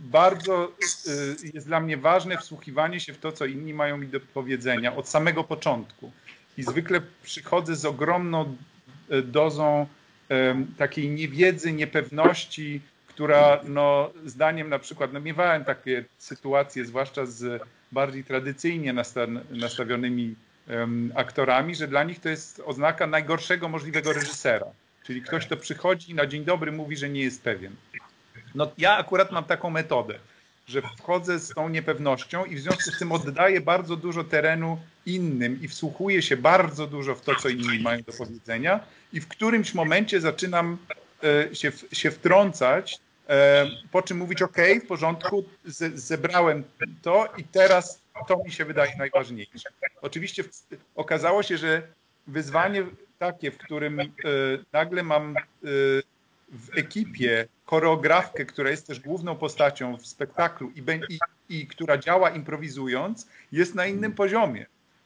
jest dla mnie ważne wsłuchiwanie się w to, co inni mają mi do powiedzenia od samego początku. I zwykle przychodzę z ogromną dozą takiej niewiedzy, niepewności, która no, zdaniem na przykład, no miewałem takie sytuacje, zwłaszcza z bardziej tradycyjnie nastawionymi aktorami, że dla nich to jest oznaka najgorszego możliwego reżysera. Czyli ktoś, kto przychodzi i na dzień dobry mówi, że nie jest pewien. No ja akurat mam taką metodę, że wchodzę z tą niepewnością i w związku z tym oddaję bardzo dużo terenu innym i wsłuchuję się bardzo dużo w to, co inni mają do powiedzenia i w którymś momencie zaczynam się wtrącać, po czym mówić ok, w porządku, zebrałem to i teraz to mi się wydaje najważniejsze. Oczywiście okazało się, że wyzwanie takie, w którym nagle mam w ekipie choreografkę, która jest też główną postacią w spektaklu i która działa improwizując, jest na innym poziomie.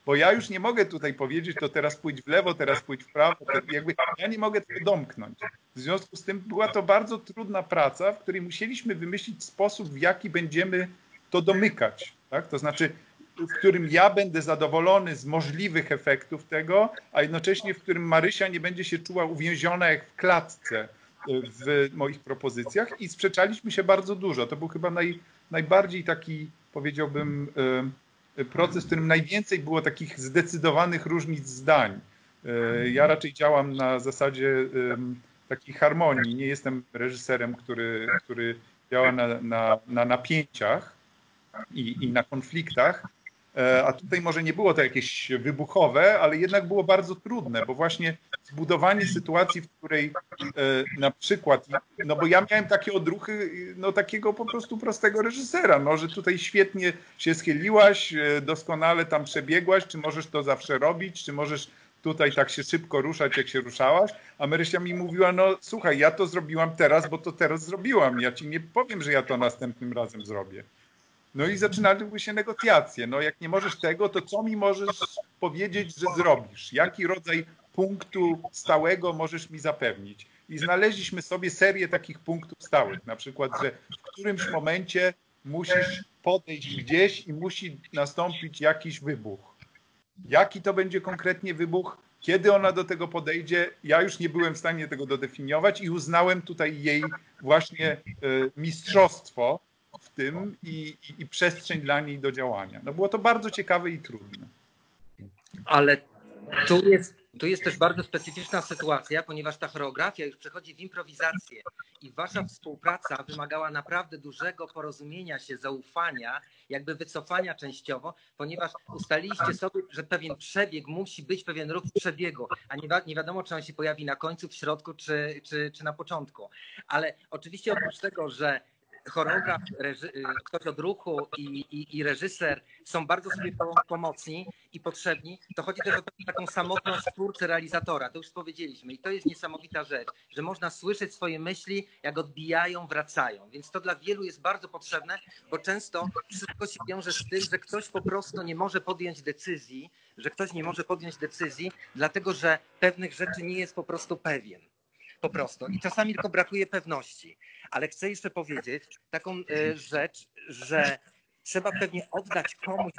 bo ja już nie mogę tutaj powiedzieć, to teraz pójdź w lewo, teraz pójdź w prawo, jakby ja nie mogę tego domknąć. W związku z tym była to bardzo trudna praca, w której musieliśmy wymyślić sposób, w jaki będziemy to domykać, tak? To znaczy, w którym ja będę zadowolony z możliwych efektów tego, a jednocześnie w którym Marysia nie będzie się czuła uwięziona jak w klatce w moich propozycjach i sprzeczaliśmy się bardzo dużo. To był chyba najbardziej taki, powiedziałbym, proces, w którym najwięcej było takich zdecydowanych różnic zdań. Ja raczej działam na zasadzie takiej harmonii. Nie jestem reżyserem, który działa na napięciach i na konfliktach, a tutaj może nie było to jakieś wybuchowe, ale jednak było bardzo trudne, bo właśnie zbudowanie sytuacji, w której na przykład, no bo ja miałem takie odruchy, no takiego po prostu prostego reżysera, no że tutaj świetnie się schyliłaś, doskonale tam przebiegłaś, czy możesz to zawsze robić, czy możesz tutaj tak się szybko ruszać, jak się ruszałaś, a Marysia mi mówiła, no słuchaj, ja to zrobiłam teraz, bo to teraz zrobiłam, ja ci nie powiem, że ja to następnym razem zrobię. No i zaczynały się negocjacje. No jak nie możesz tego, to co mi możesz powiedzieć, że zrobisz? Jaki rodzaj punktu stałego możesz mi zapewnić? I znaleźliśmy sobie serię takich punktów stałych. Na przykład, że w którymś momencie musisz podejść gdzieś i musi nastąpić jakiś wybuch. Jaki to będzie konkretnie wybuch? Kiedy ona do tego podejdzie? Ja już nie byłem w stanie tego dodefiniować i uznałem tutaj jej właśnie mistrzostwo w tym i przestrzeń dla niej do działania. No było to bardzo ciekawe i trudne. Ale tu jest też bardzo specyficzna sytuacja, ponieważ ta choreografia już przechodzi w improwizację i wasza współpraca wymagała naprawdę dużego porozumienia się, zaufania, jakby wycofania częściowo, ponieważ ustaliliście sobie, że pewien przebieg musi być, pewien ruch w przebiegu, a nie wiadomo, czy on się pojawi na końcu, w środku, czy na początku. Ale oczywiście oprócz tego, że choreograf, ktoś od ruchu i reżyser są bardzo sobie pomocni i potrzebni, to chodzi też o taką samotność twórcy, realizatora. To już powiedzieliśmy i to jest niesamowita rzecz, że można słyszeć swoje myśli, jak odbijają, wracają. Więc to dla wielu jest bardzo potrzebne, bo często wszystko się wiąże z tym, że ktoś po prostu nie może podjąć decyzji, dlatego że pewnych rzeczy nie jest po prostu pewien. Po prostu. I czasami tylko brakuje pewności. Ale chcę jeszcze powiedzieć taką rzecz, że trzeba pewnie oddać komuś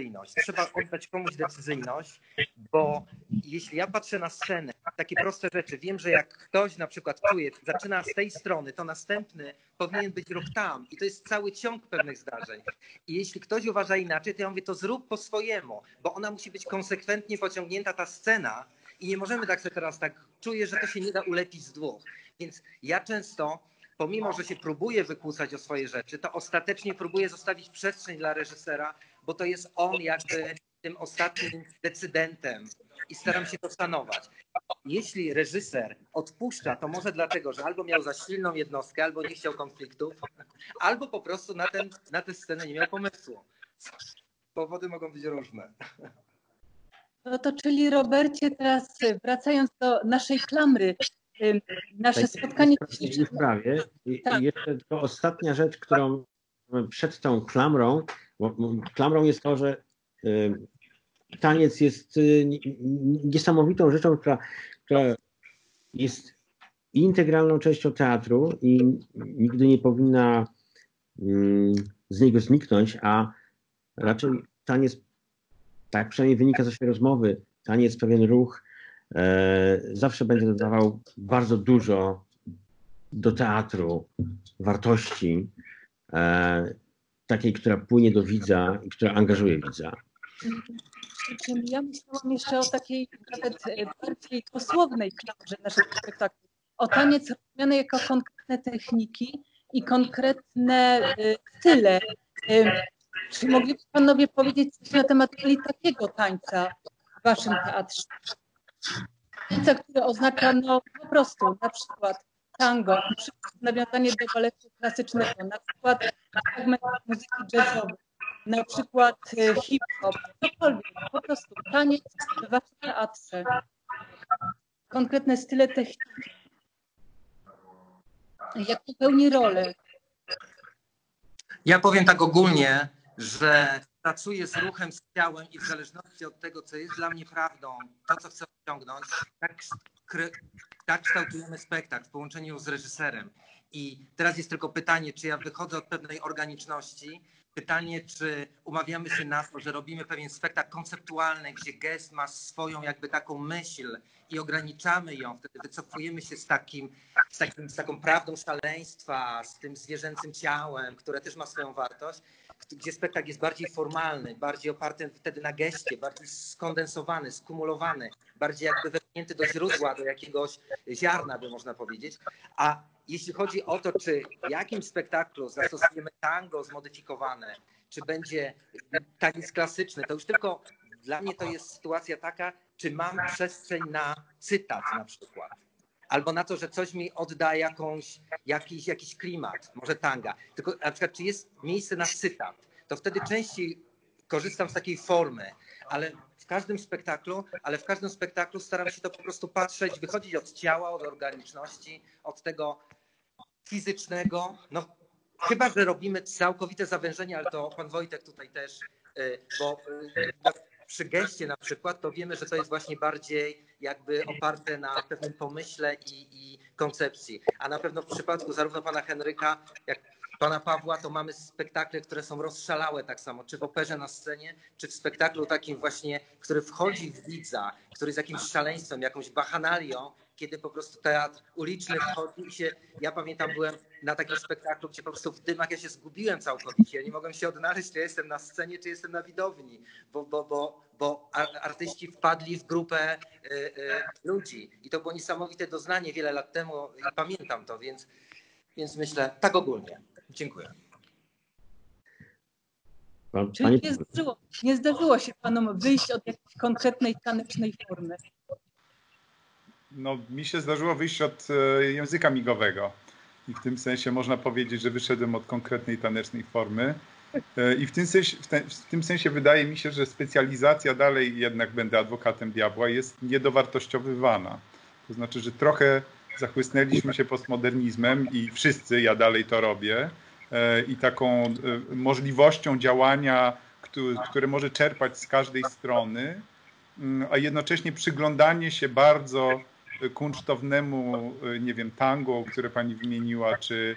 decyzyjność. Bo jeśli ja patrzę na scenę, takie proste rzeczy, wiem, że jak ktoś na przykład czuje, zaczyna z tej strony, to następny powinien być ruch tam. I to jest cały ciąg pewnych zdarzeń. I jeśli ktoś uważa inaczej, to ja mówię, to zrób po swojemu, bo ona musi być konsekwentnie pociągnięta, ta scena. I nie możemy tak sobie teraz czuję, że to się nie da ulepić z dwóch. Więc ja często, pomimo że się próbuję wykłócać o swoje rzeczy, to ostatecznie próbuję zostawić przestrzeń dla reżysera, bo to jest on jakby tym ostatnim decydentem i staram się to szanować. Jeśli reżyser odpuszcza, to może dlatego, że albo miał za silną jednostkę, albo nie chciał konfliktów, albo po prostu na tę scenę nie miał pomysłu. Powody mogą być różne. No to czyli Robercie, teraz wracając do naszej klamry, nasze spotkanie... Już prawie. I jeszcze tylko ostatnia rzecz, którą przed tą klamrą, bo klamrą jest to, że taniec jest niesamowitą rzeczą, która jest integralną częścią teatru i nigdy nie powinna z niego zniknąć, a raczej taniec, tak przynajmniej wynika z naszej rozmowy, taniec, pewien ruch zawsze będzie dodawał bardzo dużo do teatru wartości, takiej, która płynie do widza i która angażuje widza. Ja myślałam jeszcze o takiej nawet bardziej dosłownej klamrze naszego spektaklu. O taniec rozumiany jako konkretne techniki i konkretne style. Czy mogliby panowie powiedzieć coś na temat takiego tańca w waszym teatrze? Tańca, który oznacza po prostu na przykład tango, na przykład nawiązanie do baletu klasycznego, na przykład fragment muzyki jazzowej, na przykład hip-hop, cokolwiek, po prostu taniec w waszym teatrze. Konkretne style techniki. Jak to pełni rolę? Ja powiem tak ogólnie, że pracuję z ruchem, z ciałem i w zależności od tego, co jest dla mnie prawdą, to, co chcę osiągnąć, tak kształtujemy spektakl w połączeniu z reżyserem. I teraz jest tylko pytanie, czy ja wychodzę od pewnej organiczności, pytanie, czy umawiamy się na to, że robimy pewien spektakl konceptualny, gdzie gest ma swoją jakby taką myśl i ograniczamy ją, wtedy wycofujemy się z taką prawdą szaleństwa, z tym zwierzęcym ciałem, które też ma swoją wartość, gdzie spektakl jest bardziej formalny, bardziej oparty wtedy na geście, bardziej skondensowany, skumulowany, bardziej jakby wepchnięty do źródła, do jakiegoś ziarna, by można powiedzieć. A jeśli chodzi o to, czy w jakim spektaklu zastosujemy tango zmodyfikowane, czy będzie taniec klasyczny, to już tylko dla mnie to jest sytuacja taka, czy mam przestrzeń na cytat na przykład. Albo na to, że coś mi odda jakiś klimat, może tanga. Tylko na przykład, czy jest miejsce na cytat, to wtedy częściej korzystam z takiej formy, ale w każdym spektaklu staram się to po prostu patrzeć, wychodzić od ciała, od organiczności, od tego fizycznego. No, chyba że robimy całkowite zawężenie, ale to pan Wojtek tutaj też, bo przy geście na przykład, to wiemy, że to jest właśnie bardziej jakby oparte na pewnym pomyśle i koncepcji. A na pewno w przypadku zarówno pana Henryka, jak pana Pawła, to mamy spektakle, które są rozszalałe tak samo, czy w operze na scenie, czy w spektaklu takim właśnie, który wchodzi w widza, który jest jakimś szaleństwem, jakąś bachanalią, kiedy po prostu teatr uliczny wchodzi i się, ja pamiętam, byłem na takim spektaklu, gdzie po prostu w dymach ja się zgubiłem całkowicie, ja nie mogłem się odnaleźć, czy ja jestem na scenie, czy jestem na widowni, bo artyści wpadli w grupę ludzi i to było niesamowite doznanie wiele lat temu i pamiętam to, więc myślę tak ogólnie. Dziękuję. Czyli nie zdarzyło się panom wyjść od jakiejś konkretnej tanecznej formy? No, mi się zdarzyło wyjść od języka migowego i w tym sensie można powiedzieć, że wyszedłem od konkretnej tanecznej formy i w tym sensie wydaje mi się, że specjalizacja, dalej jednak będę adwokatem diabła, jest niedowartościowywana. To znaczy, że trochę zachłysnęliśmy się postmodernizmem i wszyscy, ja dalej to robię, i taką możliwością działania, które może czerpać z każdej strony, a jednocześnie przyglądanie się bardzo kunsztownemu, nie wiem, tango, które pani wymieniła,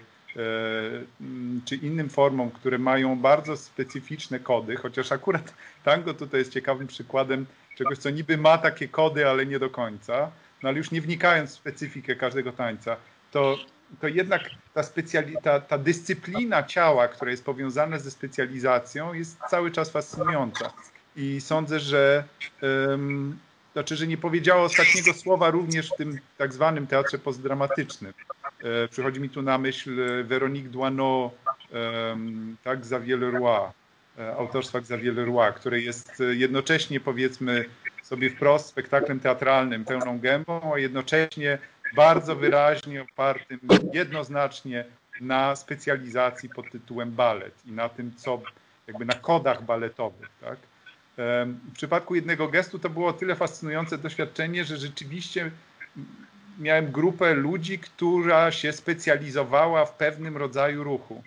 czy innym formom, które mają bardzo specyficzne kody, chociaż akurat tango tutaj jest ciekawym przykładem czegoś, co niby ma takie kody, ale nie do końca, no ale już nie wnikając w specyfikę każdego tańca, to jednak ta dyscyplina ciała, która jest powiązana ze specjalizacją, jest cały czas fascynująca. I sądzę, że nie powiedziała ostatniego słowa również w tym tak zwanym teatrze postdramatycznym. Przychodzi mi tu na myśl Véronique Doisneau, tak, Xavier Leroy, autorstwa Xavier Leroy, które jest jednocześnie, powiedzmy sobie wprost, spektaklem teatralnym pełną gębą, a jednocześnie bardzo wyraźnie opartym jednoznacznie na specjalizacji pod tytułem balet i na tym, co jakby na kodach baletowych, tak? W przypadku jednego gestu to było o tyle fascynujące doświadczenie, że rzeczywiście miałem grupę ludzi, która się specjalizowała w pewnym rodzaju ruchu.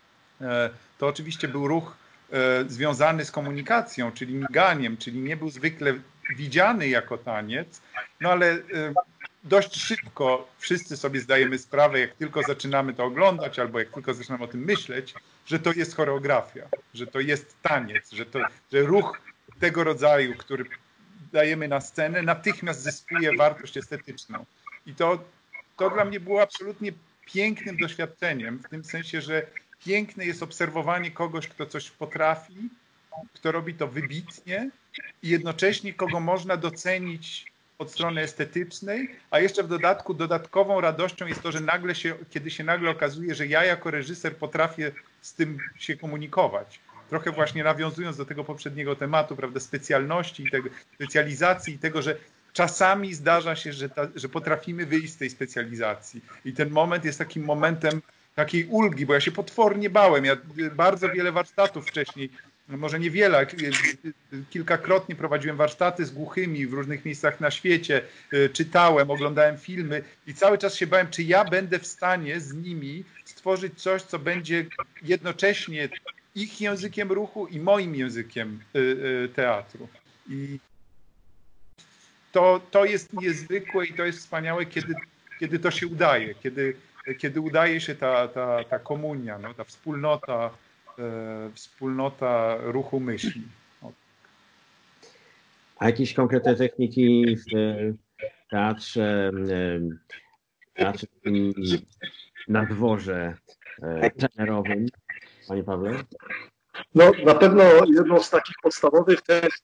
To oczywiście był ruch związany z komunikacją, czyli miganiem, czyli nie był zwykle widziany jako taniec, no ale dość szybko wszyscy sobie zdajemy sprawę, jak tylko zaczynamy to oglądać albo jak tylko zaczynamy o tym myśleć, że to jest choreografia, że to jest taniec, że ruch tego rodzaju, który dajemy na scenę, natychmiast zyskuje wartość estetyczną. I to dla mnie było absolutnie pięknym doświadczeniem, w tym sensie, że piękne jest obserwowanie kogoś, kto coś potrafi, kto robi to wybitnie i jednocześnie kogo można docenić od strony estetycznej, a jeszcze w dodatku dodatkową radością jest to, że kiedy się nagle okazuje, że ja jako reżyser potrafię z tym się komunikować. Trochę właśnie nawiązując do tego poprzedniego tematu, prawda, specjalności i tego, specjalizacji i tego, że czasami zdarza się, że potrafimy wyjść z tej specjalizacji. I ten moment jest takim momentem takiej ulgi, bo ja się potwornie bałem. Ja bardzo wiele warsztatów wcześniej, może niewiele, kilkakrotnie prowadziłem warsztaty z głuchymi w różnych miejscach na świecie, czytałem, oglądałem filmy i cały czas się bałem, czy ja będę w stanie z nimi stworzyć coś, co będzie jednocześnie ich językiem ruchu i moim językiem teatru. I to jest niezwykłe i to jest wspaniałe, kiedy to się udaje, kiedy udaje się ta komunia, no, ta wspólnota ruchu myśli. A jakieś konkretne techniki w teatrze na dworze plenerowym, panie Pawle? No, na pewno jedną z takich podstawowych technik,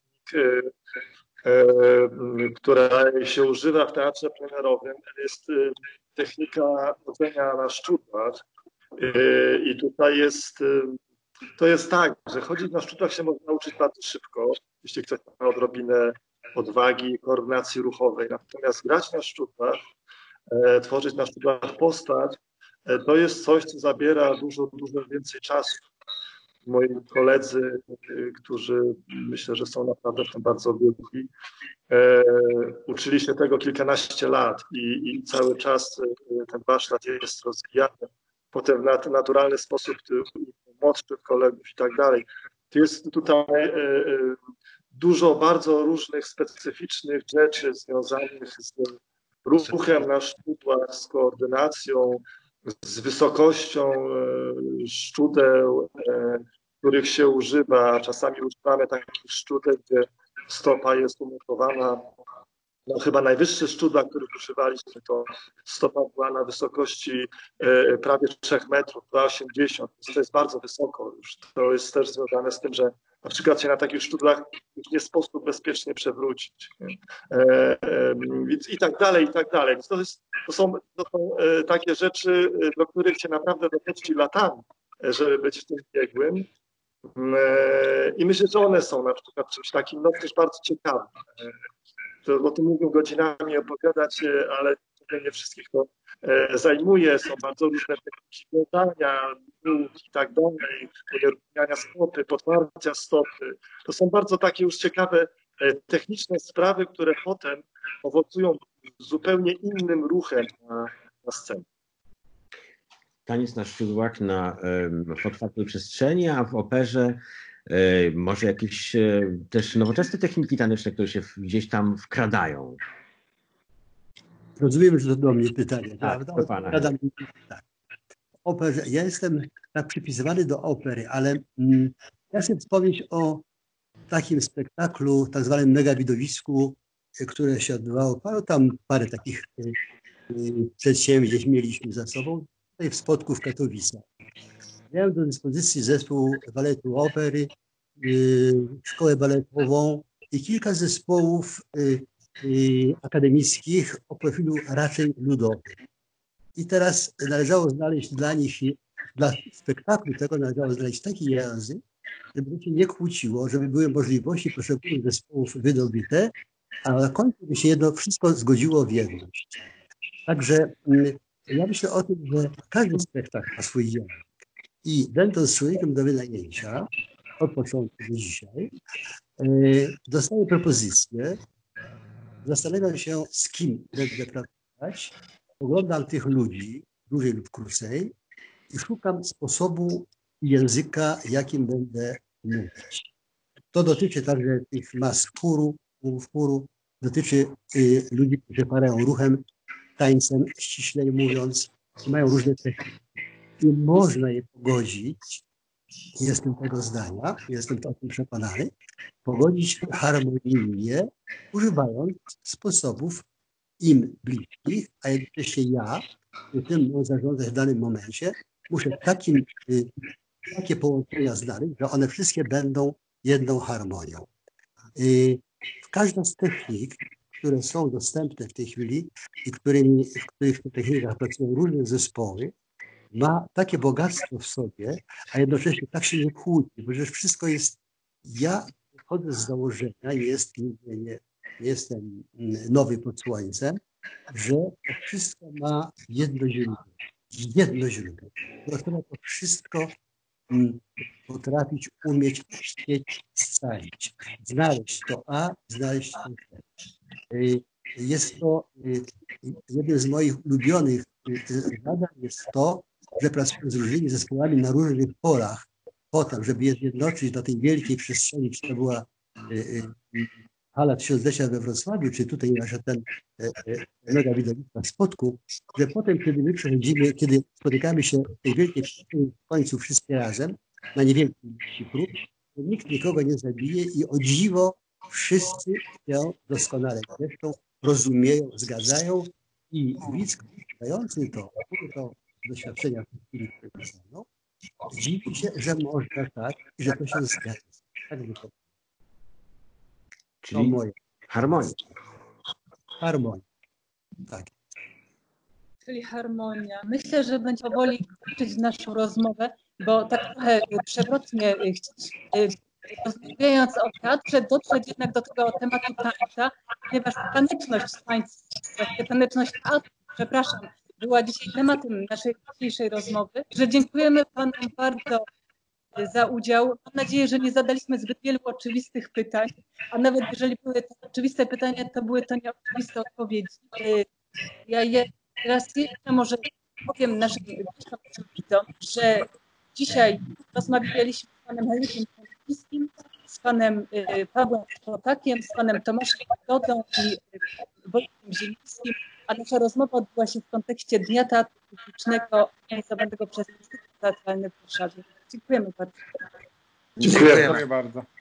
która się używa w teatrze plenerowym, jest technika chodzenia na szczudłach. I tutaj to jest tak, że chodzić na szczudłach się można nauczyć bardzo szybko, jeśli ktoś ma odrobinę odwagi, koordynacji ruchowej. Natomiast grać na szczudłach, tworzyć na szczudłach postać, to jest coś, co zabiera dużo więcej czasu. Moi koledzy, którzy myślę, że są naprawdę w tym bardzo biegli, uczyli się tego kilkanaście lat i cały czas ten warsztat jest rozwijany. Potem w naturalny sposób młodszych kolegów i tak dalej. To jest tutaj dużo bardzo różnych specyficznych rzeczy związanych z ruchem na szczudłach, z koordynacją, z wysokością szczudeł, których się używa. Czasami używamy takich szczudeł, gdzie stopa jest umontowana. No, chyba najwyższe szczudła, których używaliśmy, to stopa była na wysokości prawie 3 metrów, 2,80. To jest bardzo wysoko już. To jest też związane z tym, że na przykład się na takich szczudlach nie sposób bezpiecznie przewrócić. I tak dalej, i tak dalej. Więc to są takie rzeczy, do których się naprawdę dochodzi latami, żeby być w tym biegłym. I myślę, że one są na przykład czymś takim też bardzo ciekawym. To o tym mógł godzinami opowiadać, ale nie wszystkich to zajmuje. Są bardzo różne techniki wiązania, i tak dalej, unieruchamiania stopy, podwarcia stopy. To są bardzo takie już ciekawe techniczne sprawy, które potem owocują zupełnie innym ruchem na scenie. Taniec na szczudłach w otwartej przestrzeni, a w operze może jakieś też nowoczesne techniki taneczne, które się gdzieś tam wkradają. Rozumiem, że to do mnie pytanie, prawda? Do pana. Tak. Operze. Ja jestem tak przypisywany do opery, ale ja chcę wspomnieć o takim spektaklu, tak zwanym megawidowisku, które się odbywało. Parę takich przedsięwzięć mieliśmy za sobą. Tutaj w Spodku w Katowicach. Miałem do dyspozycji zespół baletu opery, szkołę baletową i kilka zespołów akademickich o profilu raczej ludowym. I teraz należało znaleźć dla spektaklu tego należało znaleźć taki język, żeby to się nie kłóciło, żeby były możliwości poszczególnych zespołów wydobyte, a na końcu by się wszystko zgodziło w jedność. Także ja myślę o tym, że każdy spektakl ma swój język. I będąc człowiekiem do wynajęcia, od początku do dzisiaj, dostaję propozycję, zastanawiam się, z kim będę pracować, oglądam tych ludzi, dłużej lub krócej, i szukam sposobu języka, jakim będę mówić. To dotyczy także tych mas chóru, dotyczy ludzi, którzy parają ruchem, tańcem, ściślej mówiąc, mają różne techniki. I można je pogodzić, jestem tego zdania, jestem o tym przekonany, pogodzić harmonijnie, używając sposobów im bliskich, a jednocześnie ja, tym zarządzać w danym momencie, muszę takie połączenia znaleźć, że one wszystkie będą jedną harmonią. Każda z technik, które są dostępne w tej chwili i w których technikach pracują różne zespoły, ma takie bogactwo w sobie, a jednocześnie tak się nie kłóci, bo że wszystko jest, ja wychodzę z założenia, nie jestem nowy pod słońcem, że to wszystko ma jedno źródło. Trzeba to wszystko potrafić, umieć, chcieć, scalić. Znaleźć to A, znaleźć to B. Jest to jednym z moich ulubionych zadań, jest to, że pracuję z różnymi zespołami na różnych polach potem, żeby je zjednoczyć do tej wielkiej przestrzeni, czy to była hala Tysiąclecia we Wrocławiu, czy tutaj nasza ten mega widowiska w Spodku, że potem, kiedy my przechodzimy, kiedy spotykamy się w tej wielkiej przestrzeni w końcu wszyscy razem, na niewielkiej liczbie prób, to nikt nikogo nie zabije i o dziwo wszyscy się doskonale zresztą rozumieją, zgadzają i widz oglądający to doświadczenia w chwili przepisano, dziwi się, że można tak i że to się zgadza. Tak wychodzi. Czyli harmonia. Harmonia. Tak. Czyli harmonia. Myślę, że będzie powoli kończyć naszą rozmowę, bo tak trochę przewrotnie rozmawiając o teatrze, dotrzeć jednak do tego tematu tańca, ponieważ taneczność tańca, właśnie taneczność teatru, przepraszam, była dzisiaj tematem naszej dzisiejszej rozmowy. Że dziękujemy Panom bardzo za udział. Mam nadzieję, że nie zadaliśmy zbyt wielu oczywistych pytań, a nawet jeżeli były to oczywiste pytania, to były to nieoczywiste odpowiedzi. Ja teraz jeszcze może powiem naszym widzom, że dzisiaj rozmawialiśmy z Panem Henrykiem Kępińskim, z Panem Pawłem Szpotakiem, z Panem Tomaszem Godą i Wojtkiem Ziemińskim, a nasza rozmowa odbyła się w kontekście Dnia Teatru Publicznego organizowanego przez Instytut Teatralny w Warszawie. Dziękujemy bardzo. Dziękuję bardzo.